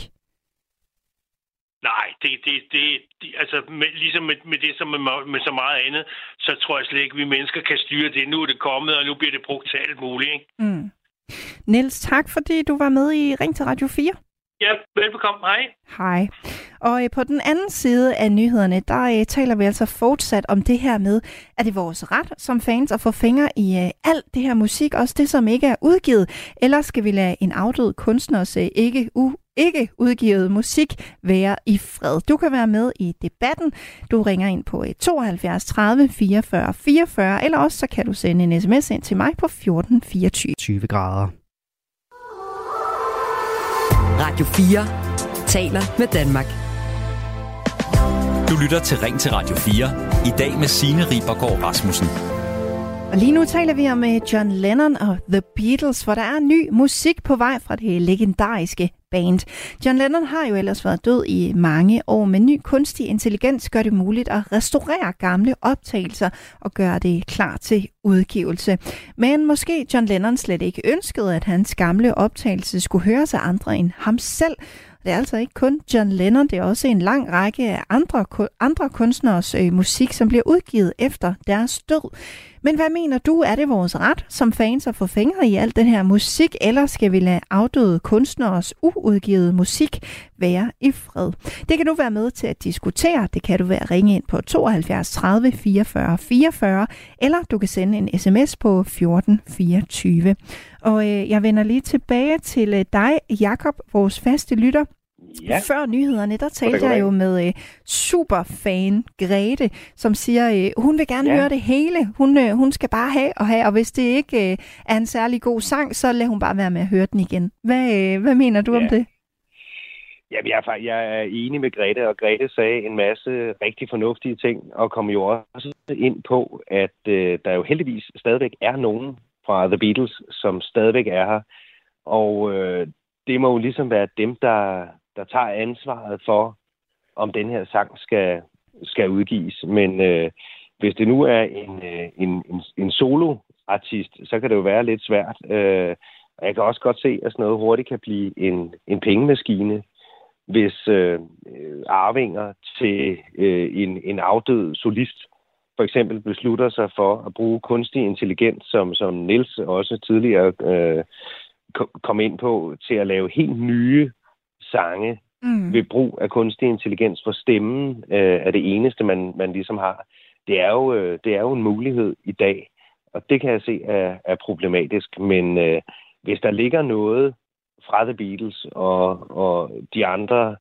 Nej, altså ligesom med det som med så meget andet, så tror jeg slet ikke, at vi mennesker kan styre det. Nu er det kommet, og nu bliver det brugt til alt muligt. Ikke? Mm. Niels, tak fordi du var med i Ring til Radio 4. Ja, velbekomme. Hej. Hej. Og på den anden side af nyhederne, der taler vi altså fortsat om det her med, at det er vores ret som fans at få fingre i alt det her musik, også det, som ikke er udgivet. Eller skal vi lade en afdød kunstners ikke udgivet musik være i fred? Du kan være med i debatten. Du ringer ind på 72 30 44 44, eller også så kan du sende en sms ind til mig på 1424. 20 grader. Radio 4 taler med Danmark. Du lytter til Ring til Radio 4. I dag med Signe Ribergaard Rasmussen. Og lige nu taler vi om John Lennon og The Beatles, hvor der er ny musik på vej fra det legendariske band. John Lennon har jo ellers været død i mange år, men ny kunstig intelligens gør det muligt at restaurere gamle optagelser og gøre det klar til udgivelse. Men måske John Lennon slet ikke ønskede, at hans gamle optagelse skulle høres af andre end ham selv. Det er altså ikke kun John Lennon, det er også en lang række af andre kunstneres musik, som bliver udgivet efter deres død. Men hvad mener du, er det vores ret som fans at få fingre i alt den her musik, eller skal vi lade afdøde kunstneres uudgivet musik være i fred? Det kan du være med til at diskutere. Det kan du være at ringe ind på 72 30 44 44, eller du kan sende en sms på 1424. Og jeg vender lige tilbage til dig, Jakob, vores faste lytter. Ja. Før nyhederne, der talte jeg jo med superfan Grete, som siger, hun vil gerne høre det hele. Hun skal bare have, og hvis det ikke er en særlig god sang, så lader hun bare være med at høre den igen. Hvad mener du om det? Jamen, jeg er enig med Grete, og Grete sagde en masse rigtig fornuftige ting, og kom jo også ind på, at der jo heldigvis stadigvæk er nogen fra The Beatles, som stadigvæk er her. Og det må jo ligesom være dem, der tager ansvaret for, om den her sang skal udgives. Men hvis det nu er en soloartist, så kan det jo være lidt svært. Og jeg kan også godt se, at sådan noget hurtigt kan blive en pengemaskine, hvis arvinger til en afdød solist for eksempel beslutter sig for at bruge kunstig intelligens, som Niels også tidligere kom ind på, til at lave helt nye sange ved brug af kunstig intelligens, for stemmen er det eneste, man ligesom har. Det er jo en mulighed i dag, og det kan jeg se er problematisk. Men hvis der ligger noget fra The Beatles, og de andre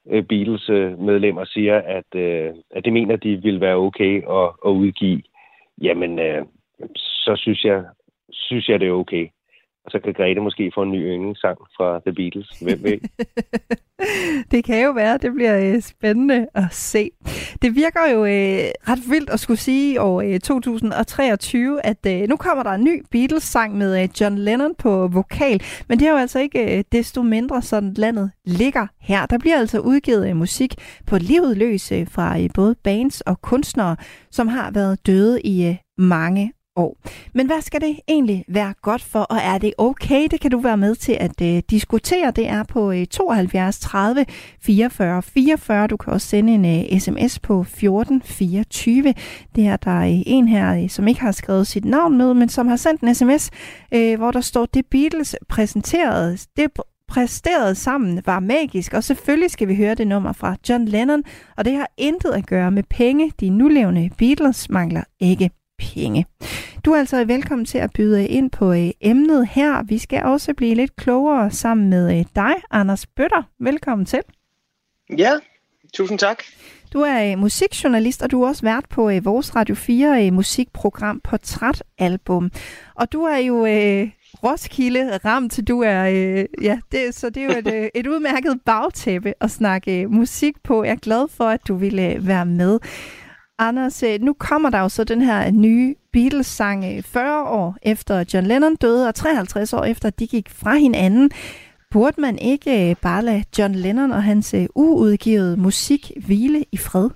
Beatles-medlemmer siger, at det mener, de vil være okay at udgive, jamen, så synes jeg, det er okay. Og så kan Grete måske få en ny yndlingssang fra The Beatles. Hvem ved? Det kan jo være, det bliver spændende at se. Det virker jo ret vildt at skulle sige i år 2023, at nu kommer der en ny Beatles-sang med John Lennon på vokal. Men det er jo altså ikke desto mindre sådan landet ligger her. Der bliver altså udgivet musik på livet løs fra både bands og kunstnere, som har været døde i mange år. Men hvad skal det egentlig være godt for, og er det okay? Det kan du være med til at diskutere. Det er på 72 30 44 44. Du kan også sende en sms på 1424. Det er der en her, som ikke har skrevet sit navn med, men som har sendt en sms, hvor der står, det Beatles præsterede sammen var magisk, og selvfølgelig skal vi høre det nummer fra John Lennon, og det har intet at gøre med penge. De nulevende Beatles mangler ikke penge. Du er altså velkommen til at byde ind på emnet her. Vi skal også blive lidt klogere sammen med dig, Anders Bøtter. Velkommen til. Ja, tusind tak. Du er musikjournalist, og du er også vært på vores Radio 4 musikprogram Portrætalbum. Og du er jo Roskilde ramt. Du er, så det er jo et udmærket bagtæppe at snakke musik på. Jeg er glad for, at du ville være med. Anders, nu kommer der jo så den her nye Beatles-sang 40 år efter John Lennon døde, og 53 år efter de gik fra hinanden. Burde man ikke bare lade John Lennon og hans uudgivede musik hvile i fred?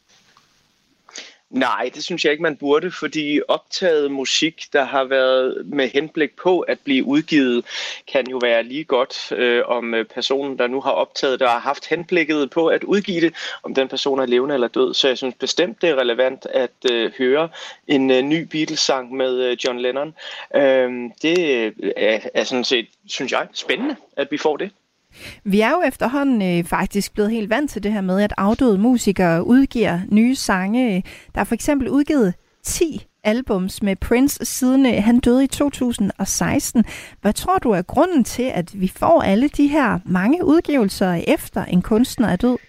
Nej, det synes jeg ikke, man burde, fordi optaget musik, der har været med henblik på at blive udgivet, kan jo være lige godt, om personen, der nu har optaget det, har haft henblikket på at udgive det, om den person er levende eller død. Så jeg synes bestemt, det er relevant at høre en ny Beatles-sang med John Lennon. Det er sådan set, synes jeg, spændende, at vi får det. Vi er jo efterhånden faktisk blevet helt vant til det her med, at afdøde musikere udgiver nye sange. Der er for eksempel udgivet 10 albums med Prince siden han døde i 2016. Hvad tror du er grunden til, at vi får alle de her mange udgivelser efter en kunstner er død?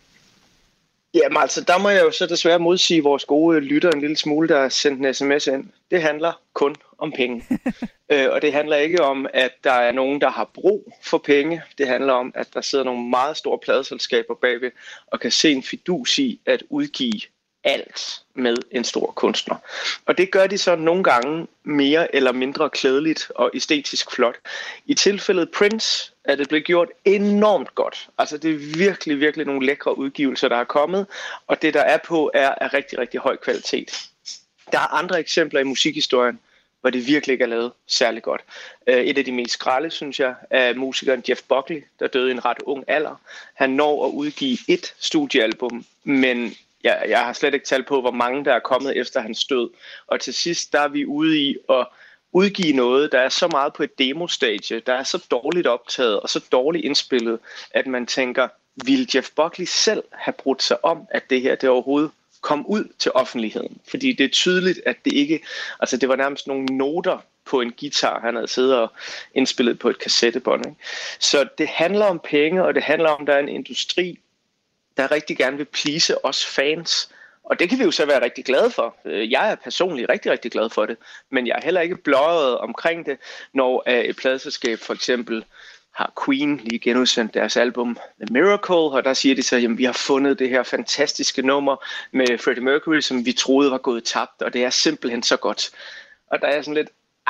Jamen altså, der må jeg jo så desværre modsige vores gode lytter en lille smule, der har sendt en sms ind. Det handler kun om penge. Og det handler ikke om, at der er nogen, der har brug for penge. Det handler om, at der sidder nogle meget store pladeselskaber bagved og kan se en fidus i at udgive alt med en stor kunstner. Og det gør de så nogle gange mere eller mindre klædeligt og æstetisk flot. I tilfældet Prince er det blevet gjort enormt godt. Altså det er virkelig, virkelig nogle lækre udgivelser, der er kommet, og det der er på er af rigtig, rigtig høj kvalitet. Der er andre eksempler i musikhistorien, hvor det virkelig ikke er lavet særlig godt. Et af de mest grelle, synes jeg, er musikeren Jeff Buckley, der døde i en ret ung alder. Han når at udgive et studiealbum, men jeg har slet ikke talt på, hvor mange der er kommet efter hans død. Og til sidst, der er vi ude i at udgive noget, der er så meget på et demostage, der er så dårligt optaget og så dårligt indspillet, at man tænker, ville Jeff Buckley selv have brudt sig om, at det her det overhovedet kom ud til offentligheden? Fordi det er tydeligt, at det ikke, altså det var nærmest nogle noter på en guitar, han havde siddet og indspillet på et kassettebånd. Ikke? Så det handler om penge, og det handler om, at der er en industri, der rigtig gerne vil please os fans. Og det kan vi jo så være rigtig glade for. Jeg er personligt rigtig, rigtig glad for det. Men jeg er heller ikke bløjet omkring det, når et pladeselskab for eksempel har Queen lige genudsendt deres album The Miracle, og der siger de så, at vi har fundet det her fantastiske nummer med Freddie Mercury, som vi troede var gået tabt, og det er simpelthen så godt. Og der er sådan lidt,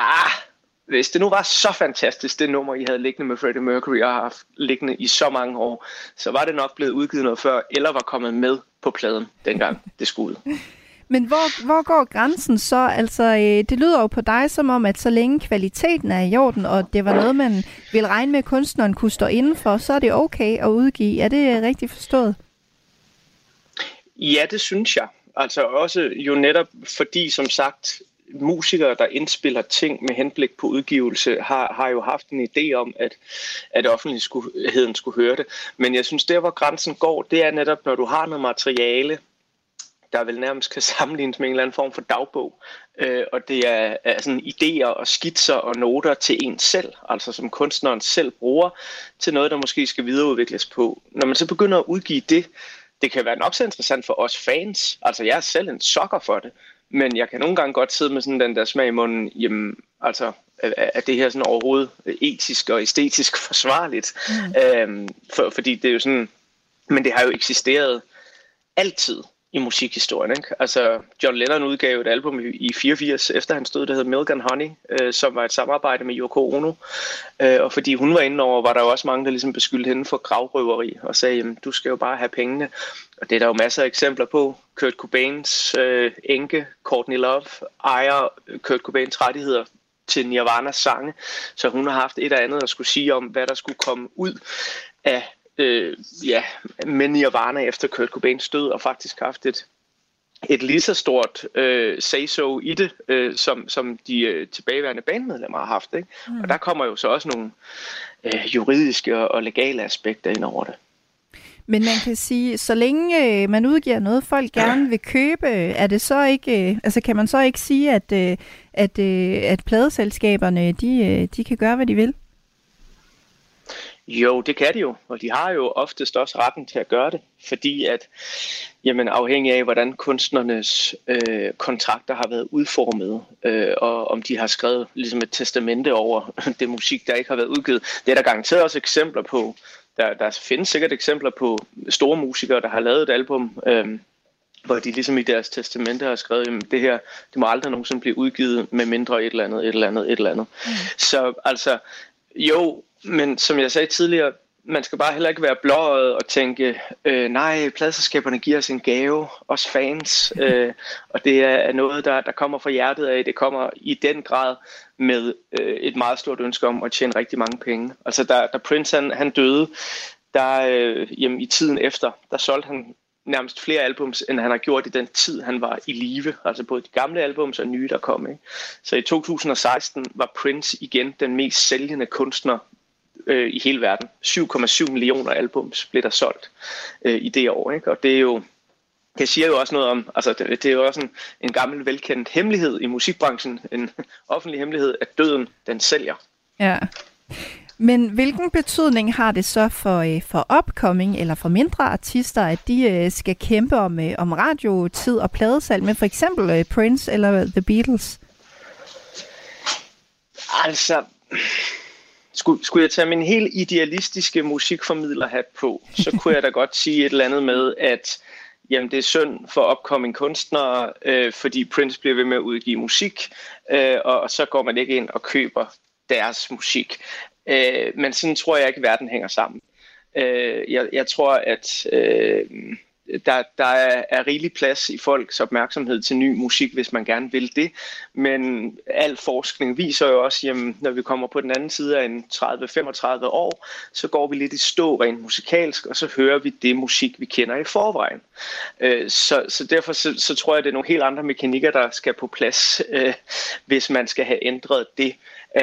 hvis det nu var så fantastisk, det nummer, I havde liggende med Freddie Mercury og har haft liggende i så mange år, så var det nok blevet udgivet noget før, eller var kommet med på pladen, dengang det skulle ud. Men hvor går grænsen så? Altså, det lyder jo på dig som om, at så længe kvaliteten er i orden, og det var noget, man ville regne med, at kunstneren kunne stå indenfor, så er det okay at udgive. Er det rigtigt forstået? Ja, det synes jeg. Altså også jo netop fordi, som sagt, musikere, der indspiller ting med henblik på udgivelse, har jo haft en idé om, at offentligheden skulle høre det. Men jeg synes, der hvor grænsen går, det er netop, når du har noget materiale, der vel nærmest kan sammenlignes med en eller anden form for dagbog. Og det er sådan idéer og skitser og noter til en selv, altså som kunstneren selv bruger til noget, der måske skal videreudvikles på. Når man så begynder at udgive det kan være nok så interessant for os fans. Altså jeg er selv en sokker for det. Men jeg kan nogle gange godt sidde med sådan den der smag i munden, jamen, altså, er det her sådan overhovedet etisk og æstetisk forsvarligt? Fordi det er jo sådan, men det har jo eksisteret altid i musikhistorien, ikke? Altså, John Lennon udgav et album i 84 efter han stod, der hed Milk and Honey, som var et samarbejde med Yoko Ono. Og fordi hun var inde over, var der jo også mange, der ligesom beskyldte hende for gravrøveri og sagde, jamen, du skal jo bare have pengene. Og det er der jo masser af eksempler på. Kurt Cobains enke, Courtney Love, ejer Kurt Cobains rettigheder til Nirvanas sange. Så hun har haft et eller andet at skulle sige om, hvad der skulle komme ud af med Nirvana efter Kurt Cobains død, og faktisk haft et lige så stort say-so i det, som de tilbageværende bandmedlemmer har haft. Ikke? Og der kommer jo så også nogle juridiske og legale aspekter ind over det. Men man kan sige, så længe man udgiver noget, folk gerne vil købe, er det så ikke, altså kan man så ikke sige, at pladeselskaberne, de kan gøre, hvad de vil? Jo, det kan de jo, og de har jo oftest også retten til at gøre det, fordi at, jamen, afhængig af, hvordan kunstnernes kontrakter har været udformet, og om de har skrevet ligesom et testamente over det musik, der ikke har været udgivet. Det er der garanteret også eksempler på. Der findes sikkert eksempler på store musikere, der har lavet et album, hvor de ligesom i deres testamente har skrevet, at det her, det må aldrig nogensinde blive udgivet, med mindre et eller andet. Så altså, jo, men som jeg sagde tidligere, man skal bare heller ikke være blåøjet og tænke, nej, pladeselskaberne giver os en gave, os fans, og det er noget, der kommer fra hjertet af. Det kommer i den grad med et meget stort ønske om at tjene rigtig mange penge. Altså da Prince han døde, i tiden efter, der solgte han nærmest flere albums, end han har gjort i den tid, han var i live. Altså både de gamle albums og nye, der kom. Ikke? Så i 2016 var Prince igen den mest sælgende kunstner i hele verden. 7,7 millioner albums blev der solgt i det år. Ikke? Og det er jo, det siger jo også noget om, altså det er jo også en gammel velkendt hemmelighed i musikbranchen, en offentlig hemmelighed, at døden, den sælger. Ja. Men hvilken betydning har det så for upcoming eller for mindre artister, at de skal kæmpe om radiotid og pladesalg med for eksempel Prince eller The Beatles? Altså, skulle jeg tage min helt idealistiske musikformidlerhat på, så kunne jeg da godt sige et eller andet med, at jamen, det er synd for upcoming kunstnere, fordi Prince bliver ved med at udgive musik, og så går man ikke ind og køber deres musik. Men sådan tror jeg ikke, at verden hænger sammen. Jeg tror, at der er rigelig plads i folks opmærksomhed til ny musik, hvis man gerne vil det. Men al forskning viser jo også, jamen, når vi kommer på den anden side af en 30-35 år, så går vi lidt i stå rent musikalsk, og så hører vi det musik, vi kender i forvejen. Så derfor så tror jeg, det er nogle helt andre mekanikker, der skal på plads, hvis man skal have ændret det.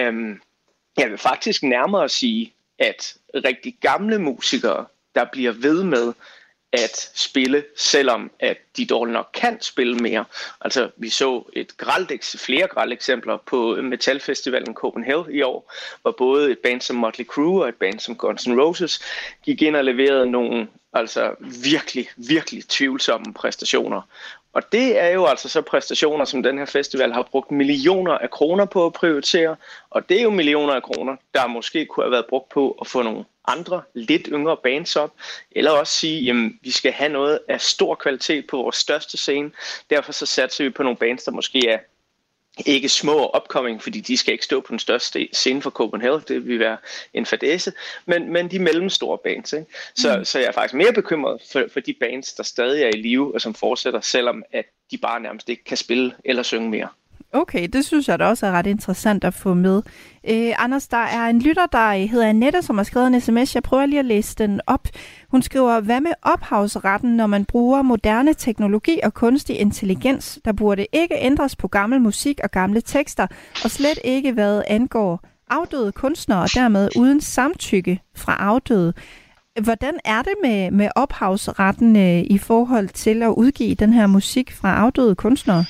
Jeg vil faktisk nærmere sige, at rigtig gamle musikere, der bliver ved med at spille, selvom at de dårligt nok kan spille mere. Altså, vi så flere grelle eksempler på Metalfestivalen Copenhagen i år, hvor både et band som Motley Crue og et band som Guns N' Roses gik ind og leverede nogle altså virkelig, virkelig tvivlsomme præstationer. Og det er jo altså så præstationer, som den her festival har brugt millioner af kroner på at prioritere. Og det er jo millioner af kroner, der måske kunne have været brugt på at få nogle andre, lidt yngre bands op. Eller også sige, jamen vi skal have noget af stor kvalitet på vores største scene. Derfor så satser vi på nogle bands, der måske er ikke små og upcoming, fordi de skal ikke stå på den største scene for Copenhagen, det vil være en fadæse, men de mellemstore bands. Ikke? Så jeg er faktisk mere bekymret for de bands, der stadig er i live, og som fortsætter, selvom at de bare nærmest ikke kan spille eller synge mere. Okay, det synes jeg da også er ret interessant at få med. Anders, der er en lytter, der hedder Annette, som har skrevet en sms. Jeg prøver lige at læse den op. Hun skriver, hvad med ophavsretten, når man bruger moderne teknologi og kunstig intelligens? Der burde ikke ændres på gammel musik og gamle tekster, og slet ikke hvad angår afdøde kunstnere, og dermed uden samtykke fra afdøde. Hvordan er det med ophavsretten i forhold til at udgive den her musik fra afdøde kunstnere?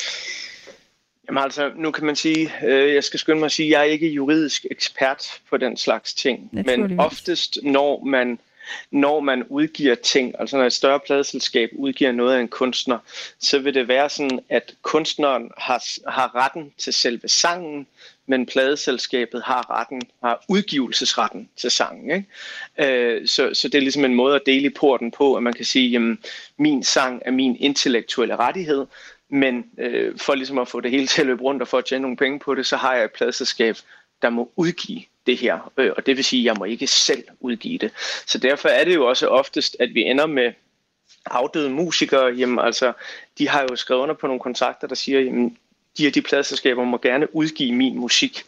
Jamen altså, nu kan man sige, jeg skal skynde mig at sige, at jeg er ikke juridisk ekspert på den slags ting. Men oftest, når man når man udgiver ting, altså når et større pladeselskab udgiver noget af en kunstner, så vil det være sådan, at kunstneren har retten til selve sangen, men pladeselskabet har udgivelsesretten til sangen. Ikke? Så det er ligesom en måde at dele i porten på, at man kan sige, jamen, min sang er min intellektuelle rettighed, men for ligesom at få det hele til at løbe rundt og for at tjene nogle penge på det, så har jeg et pladeselskab, der må udgive det her, og det vil sige, at jeg må ikke selv udgive det. Så derfor er det jo også oftest, at vi ender med afdøde musikere, jamen altså, de har jo skrevet under på nogle kontrakter, der siger, jamen, de pladeselskaber må gerne udgive min musik,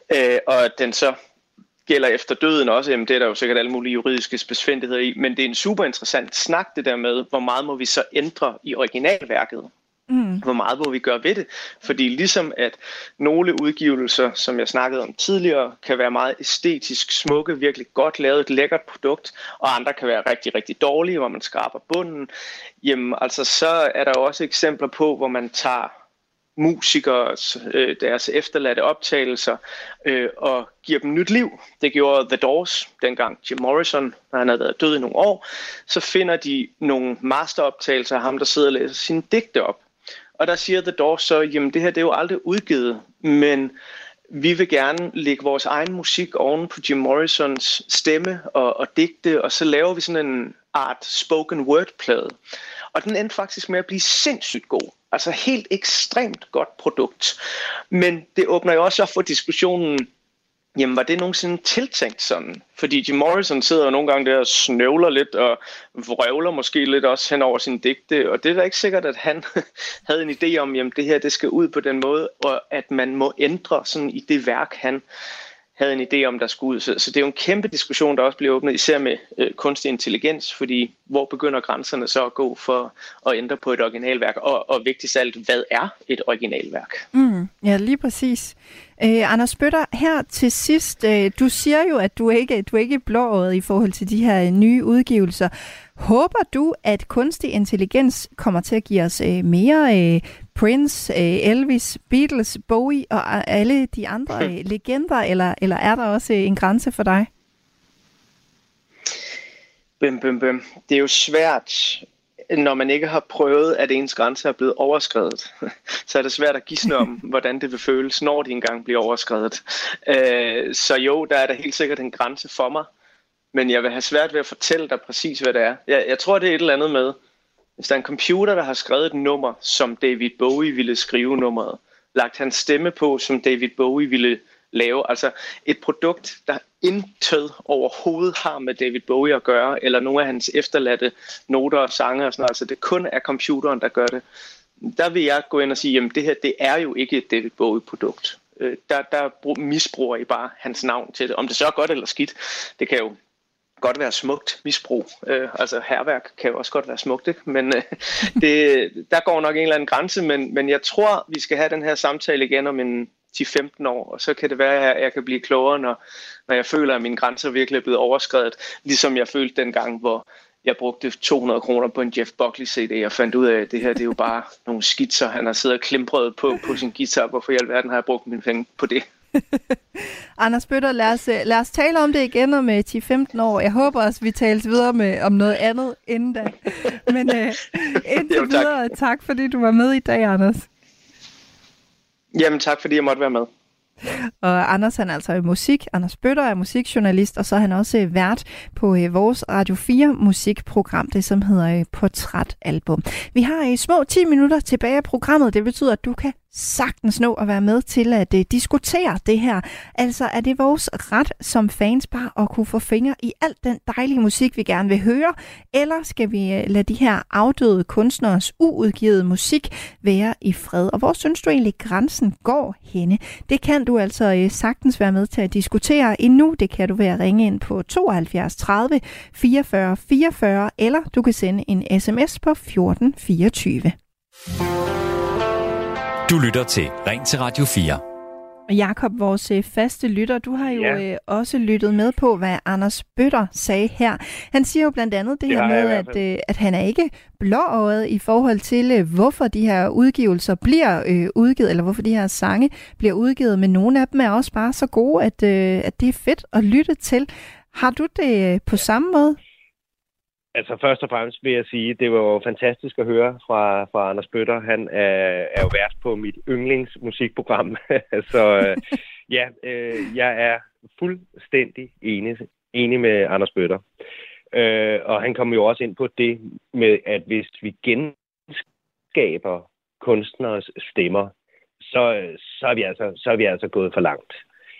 og den så gælder efter døden også, jamen det er der jo sikkert alle mulige juridiske spidsfindigheder i, men det er en super interessant snak det der med, hvor meget må vi så ændre i originalværket. Hvor meget må vi gøre ved det? Fordi ligesom at nogle udgivelser, som jeg snakkede om tidligere, kan være meget æstetisk smukke, virkelig godt lavet, et lækkert produkt, og andre kan være rigtig, rigtig dårlige, hvor man skraber bunden. Jamen altså så er der også eksempler på, hvor man tager musikere, deres efterladte optagelser og giver dem nyt liv. Det gjorde The Doors, dengang Jim Morrison, når han havde været død i nogle år. Så finder de nogle masteroptagelser af ham, der sidder og læser sine digte op. Og der siger The Doors så, jamen det her det er jo aldrig udgivet, men vi vil gerne lægge vores egen musik oven på Jim Morrisons stemme og digte, og så laver vi sådan en art spoken word plade. Og den endte faktisk med at blive sindssygt god. Altså helt ekstremt godt produkt. Men det åbner jo også op for diskussionen, jamen var det nogensinde tiltænkt sådan? Fordi Jim Morrison sidder jo nogle gange der og snøvler lidt og vrøvler måske lidt også hen over sin digte. Og det er da ikke sikkert, at han havde en idé om, jamen det her det skal ud på den måde, og at man må ændre sådan i det værk, han havde en idé om, der skulle ud. Så det er jo en kæmpe diskussion, der også bliver åbnet, især med kunstig intelligens, fordi hvor begynder grænserne så at gå for at ændre på et originalværk, og vigtigst af alt, hvad er et originalværk? Ja, lige præcis. Anders Bøtter, her til sidst, du siger jo, at du ikke er blåøjet i forhold til de her nye udgivelser. Håber du, at kunstig intelligens kommer til at give os mere Prince, Elvis, Beatles, Bowie og alle de andre legender, eller er der også en grænse for dig? Det er jo svært, når man ikke har prøvet, at ens grænse er blevet overskredet. Så er det svært at gisne om, hvordan det vil føles, når de engang bliver overskredet. Så jo, der er der helt sikkert en grænse for mig. Men jeg vil have svært ved at fortælle dig præcis, hvad det er. Jeg tror, det er et eller andet med, hvis der er en computer, der har skrevet et nummer, som David Bowie ville skrive nummeret, lagt hans stemme på, som David Bowie ville lave, altså et produkt, der intet overhovedet har med David Bowie at gøre, eller nogle af hans efterladte noter og sange og sådan noget, altså det kun er computeren, der gør det. Der vil jeg gå ind og sige, jamen det her, det er jo ikke et David Bowie-produkt. Der misbruger I bare hans navn til det. Om det så er godt eller skidt, det kan jo godt være smukt misbrug. Altså hærværk kan jo også godt være smukt, ikke? Men der går nok en eller anden grænse, men jeg tror, vi skal have den her samtale igen om en 10-15 år, og så kan det være, at jeg kan blive klogere, når jeg føler, at mine grænser virkelig er blevet overskredet, ligesom jeg følte dengang, hvor jeg brugte 200 kroner på en Jeff Buckley CD, og fandt ud af, at det her det er jo bare nogle skitser, han har siddet og klimpret på sin guitar. Hvorfor i alverden har jeg brugt mine penge på det? Anders Bøtter, lad os tale om det igen om 10-15 år. Jeg håber også, vi tales videre om noget andet inden da. Men indtil videre, tak fordi du var med i dag, Anders. Jamen tak fordi jeg måtte være med. Og Anders han er altså musik. Anders Bøtter er musikjournalist, og så er han også vært på vores Radio 4 musikprogram, det som hedder Portrætalbum. Vi har små 10 minutter tilbage af programmet. Det betyder, at du kan sagtens nå at være med til at diskutere det her. Altså er det vores ret som fans bare at kunne få fingre i alt den dejlige musik, vi gerne vil høre, eller skal vi lade de her afdøde kunstneres uudgivet musik være i fred? Og hvor synes du egentlig grænsen går henne? Det kan du altså sagtens være med til at diskutere endnu. Det kan du ved at ringe ind på 72 30 44 44, eller du kan sende en sms på 1424. Du lytter til Ring til Radio 4. Jakob, vores faste lytter, du har jo også lyttet med på, hvad Anders Bøtter sagde her. Han siger jo blandt andet det her med, at han er ikke blåøjet i forhold til, hvorfor de her udgivelser bliver udgivet, eller hvorfor de her sange bliver udgivet, men nogle af dem er også bare så gode, at det er fedt at lytte til. Har du det på samme måde? Altså først og fremmest vil jeg sige, det var jo fantastisk at høre fra Anders Bøtter. Han er jo vært på mit yndlingsmusikprogram. Så jeg er fuldstændig enig med Anders Bøtter. Og han kom jo også ind på det med, at hvis vi genskaber kunstneres stemmer, så er vi altså gået for langt.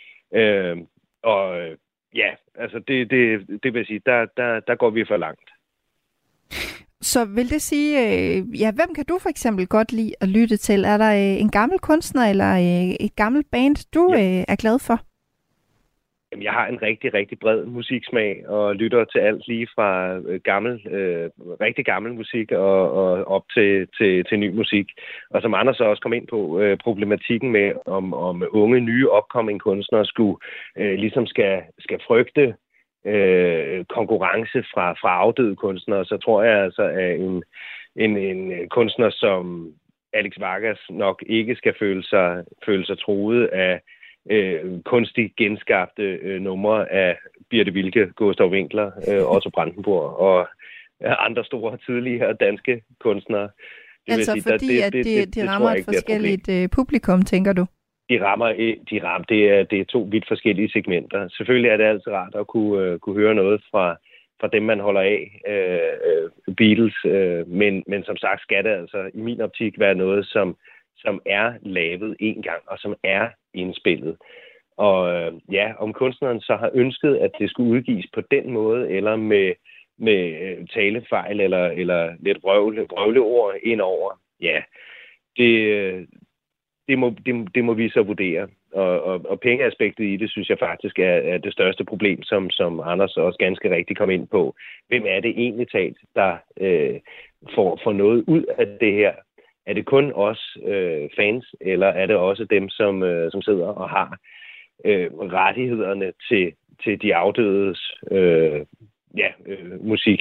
Altså det vil jeg sige, der går vi for langt. Så vil det sige, hvem kan du for eksempel godt lide at lytte til? Er der en gammel kunstner eller et gammelt band, du er glad for? Jamen, jeg har en rigtig, rigtig bred musiksmag og lytter til alt lige fra rigtig gammel musik og op til ny musik. Og som Anders også kom ind på, problematikken med, om unge, nye upcoming kunstnere skulle ligesom skal frygte konkurrence fra afdøde kunstnere, så tror jeg altså, at en kunstner som Alex Vargas nok ikke skal føle sig truet af kunstigt genskabte numre af Birthe Wilke, Gustav Winkler, Otto Brandenburg og andre store tidligere danske kunstnere. Altså sige, fordi de rammer et forskelligt publikum, tænker du? Det er to vidt forskellige segmenter. Selvfølgelig er det altid rart at kunne høre noget fra dem, man holder af, Beatles, men som sagt skal det altså i min optik være noget, som er lavet en gang, og som er indspillet. Og om kunstneren så har ønsket, at det skulle udgives på den måde, eller med talefejl, eller lidt vrøvleord indover, det må vi så vurdere. Og pengeaspektet i det, synes jeg faktisk er det største problem, som Anders også ganske rigtigt kom ind på. Hvem er det egentlig talt, der får noget ud af det her? Er det kun os fans, eller er det også dem, som sidder og har rettighederne til de afdødes musik?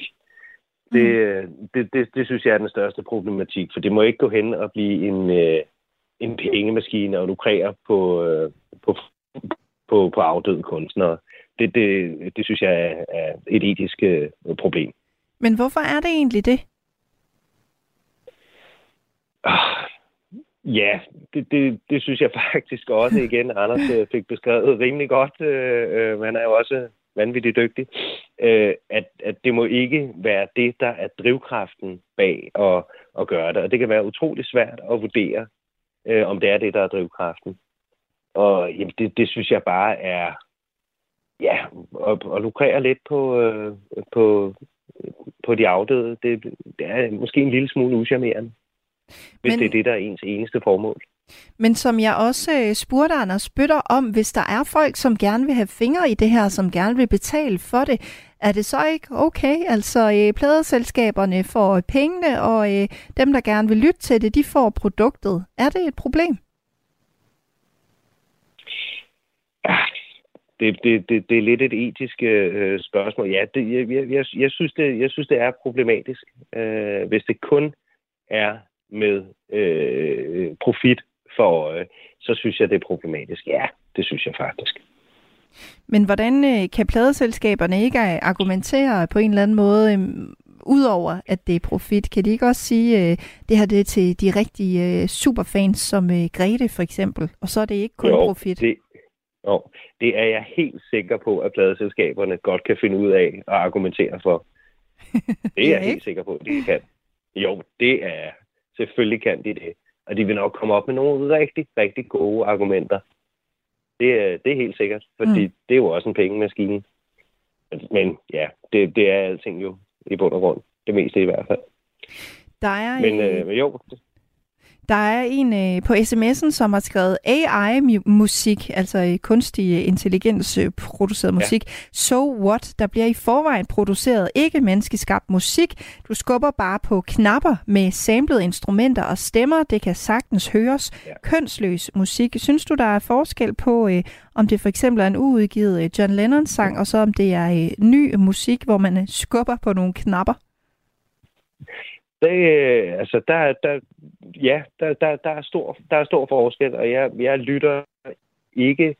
Det synes jeg er den største problematik, for det må ikke gå hen og blive en pengemaskine og lukrere på afdøde kunstnere. Det synes jeg er et etisk problem. Men hvorfor er det egentlig det? Ja, det synes jeg faktisk også igen. Anders fik beskrevet rimelig godt. Han er jo også vanvittigt dygtig. At det må ikke være det, der er drivkraften bag at gøre det. Og det kan være utrolig svært at vurdere, om det er det, der er drivkraften. Og jamen, det synes jeg bare er at lukrere lidt på de afdøde. Det er måske en lille smule uschammerende, hvis det er det, der er ens eneste formål. Men som jeg også spurgte Anders Bøtter om, hvis der er folk, som gerne vil have fingre i det her, som gerne vil betale for det, er det så ikke okay? Altså pladeselskaberne får pengene, og dem, der gerne vil lytte til det, de får produktet. Er det et problem? Det er lidt et etisk spørgsmål. Ja, jeg synes, det er problematisk. Hvis det kun er med profit for øje, så synes jeg, det er problematisk. Ja, det synes jeg faktisk. Men hvordan kan pladeselskaberne ikke argumentere på en eller anden måde, udover at det er profit? Kan de ikke også sige, det her det er til de rigtige superfans som Grete for eksempel, og så er det ikke kun profit? Det er jeg helt sikker på, at pladeselskaberne godt kan finde ud af at argumentere for. Det er jeg helt sikker på, at de kan. Jo, det er selvfølgelig kan de det. Og de vil nok komme op med nogle rigtig, rigtig gode argumenter. Det er helt sikkert, fordi det er jo også en pengemaskine. Men ja, det er alting jo i bund og grund. Det meste i hvert fald. Der er en på sms'en, som har skrevet AI-musik, altså kunstig intelligens produceret musik. Ja. So what? Der bliver i forvejen produceret ikke menneskeskabt musik. Du skubber bare på knapper med samplede instrumenter og stemmer. Det kan sagtens høres. Ja. Kønsløs musik. Synes du, der er forskel på, om det for eksempel er en uudgivet John Lennon-sang, og så om det er ny musik, hvor man skubber på nogle knapper? Der er stor forskel, og jeg lytter ikke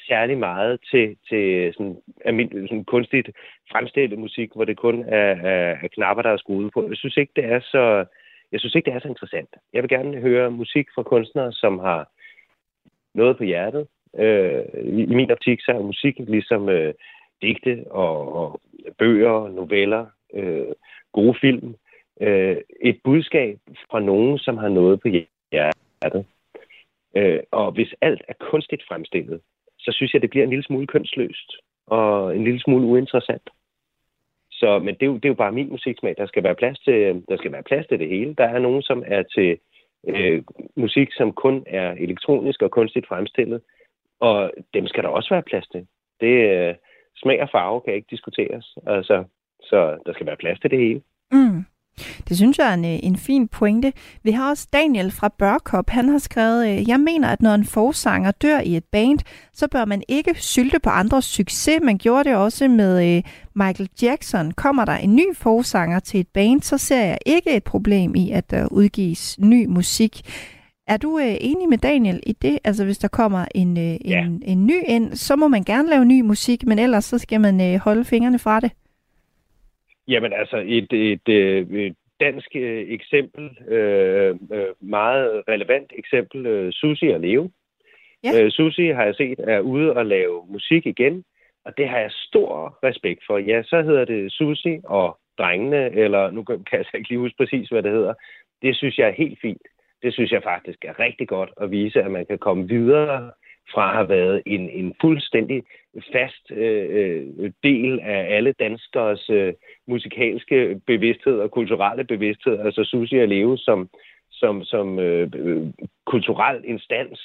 særlig meget til sådan kunstigt fremstillet musik, hvor det kun er knapper, der er skruet på. Jeg synes ikke, det er så interessant. Jeg vil gerne høre musik fra kunstnere, som har noget på hjertet. I min optik så er musik ligesom digte og bøger, noveller, gode film. Et budskab fra nogen, som har noget på hjertet. Og hvis alt er kunstigt fremstillet, så synes jeg, det bliver en lille smule kønsløst og en lille smule uinteressant. Men det er jo bare min musiksmag. Der skal være plads til det hele. Der er nogen, som er til musik, som kun er elektronisk og kunstigt fremstillet, og dem skal der også være plads til. Det smag og farve kan ikke diskuteres. Altså, så der skal være plads til det hele. Mm. Det synes jeg er en fin pointe. Vi har også Daniel fra Børkop. Han har skrevet, jeg mener, at når en forsanger dør i et band, så bør man ikke sylte på andres succes. Man gjorde det også med Michael Jackson. Kommer der en ny forsanger til et band, så ser jeg ikke et problem i, at der udgives ny musik. Er du enig med Daniel i det? Altså hvis der kommer en ny ind, så må man gerne lave ny musik, men ellers så skal man holde fingrene fra det. Jamen altså et dansk eksempel, meget relevant eksempel, Susie og Leo. Ja. Susie har jeg set er ude og lave musik igen, og det har jeg stor respekt for. Ja, så hedder det Susie og drengene, eller nu kan jeg ikke lige huske præcis, hvad det hedder. Det synes jeg er helt fint. Det synes jeg faktisk er rigtig godt at vise, at man kan komme videre fra at have været en fuldstændig fast del af alle danskers musikalske bevidsthed og kulturelle bevidsthed. Altså Susie og Leo som kulturel instans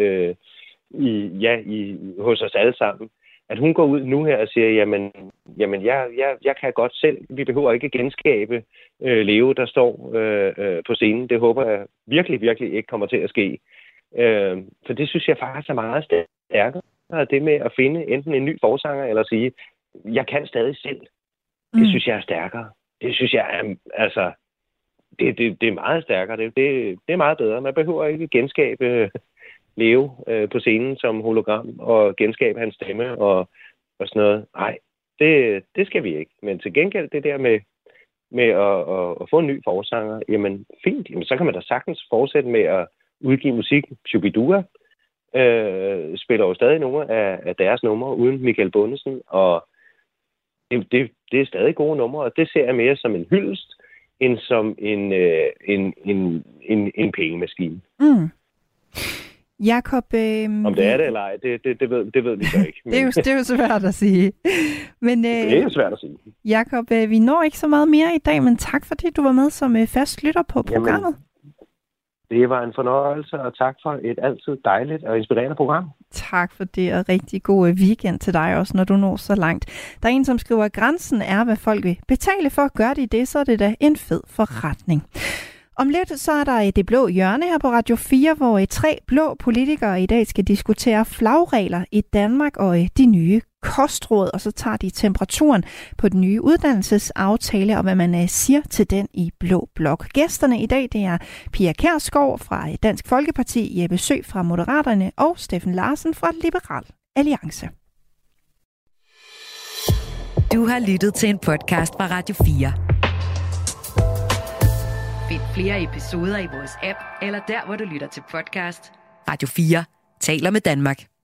hos os alle sammen. At hun går ud nu her og siger, jamen jeg kan godt selv. Vi behøver ikke genskabe Leo, der står på scenen. Det håber jeg virkelig, virkelig ikke kommer til at ske. For det synes jeg faktisk er meget stærkere. Det med at finde enten en ny forsanger, eller sige, jeg kan stadig selv. Det synes jeg er stærkere. Det synes jeg er, altså, det er meget stærkere. Det er meget bedre. Man behøver ikke genskabe Leo på scenen som hologram, og genskabe hans stemme og sådan noget. Nej, det skal vi ikke. Men til gengæld det der med at få en ny forsanger, jamen fint. Jamen, så kan man da sagtens fortsætte med at udgive musik. Shubidua spiller jo stadig nogle af deres numre uden Michael Bundesen, og det er stadig gode numre, og det ser jeg mere som en hyldest, end som en pengemaskine. Mm. Jakob... Om det er det eller ej, det ved vi så ikke. Men... det er jo svært at sige. Men, det er svært at sige. Jakob, vi når ikke så meget mere i dag, men tak fordi du var med som fast lytter på programmet. Det var en fornøjelse, og tak for et altid dejligt og inspirerende program. Tak for det, og rigtig god weekend til dig også, når du når så langt. Der er en, som skriver, at grænsen er, hvad folk vil betale for. Gør de det, så er det da en fed forretning. Om lidt så er der Det Blå Hjørne her på Radio 4, hvor 3 blå politikere i dag skal diskutere flagregler i Danmark og de nye kostråd, og så tager de temperaturen på den nye uddannelsesaftale og hvad man siger til den i Blå Blok. Gæsterne i dag, det er Pia Kjærsgaard fra Dansk Folkeparti, Jeppe Søe fra Moderaterne og Steffen Larsen fra Liberal Alliance. Du har lyttet til en podcast fra Radio 4. Find flere episoder i vores app, eller der, hvor du lytter til podcast. Radio 4 taler med Danmark.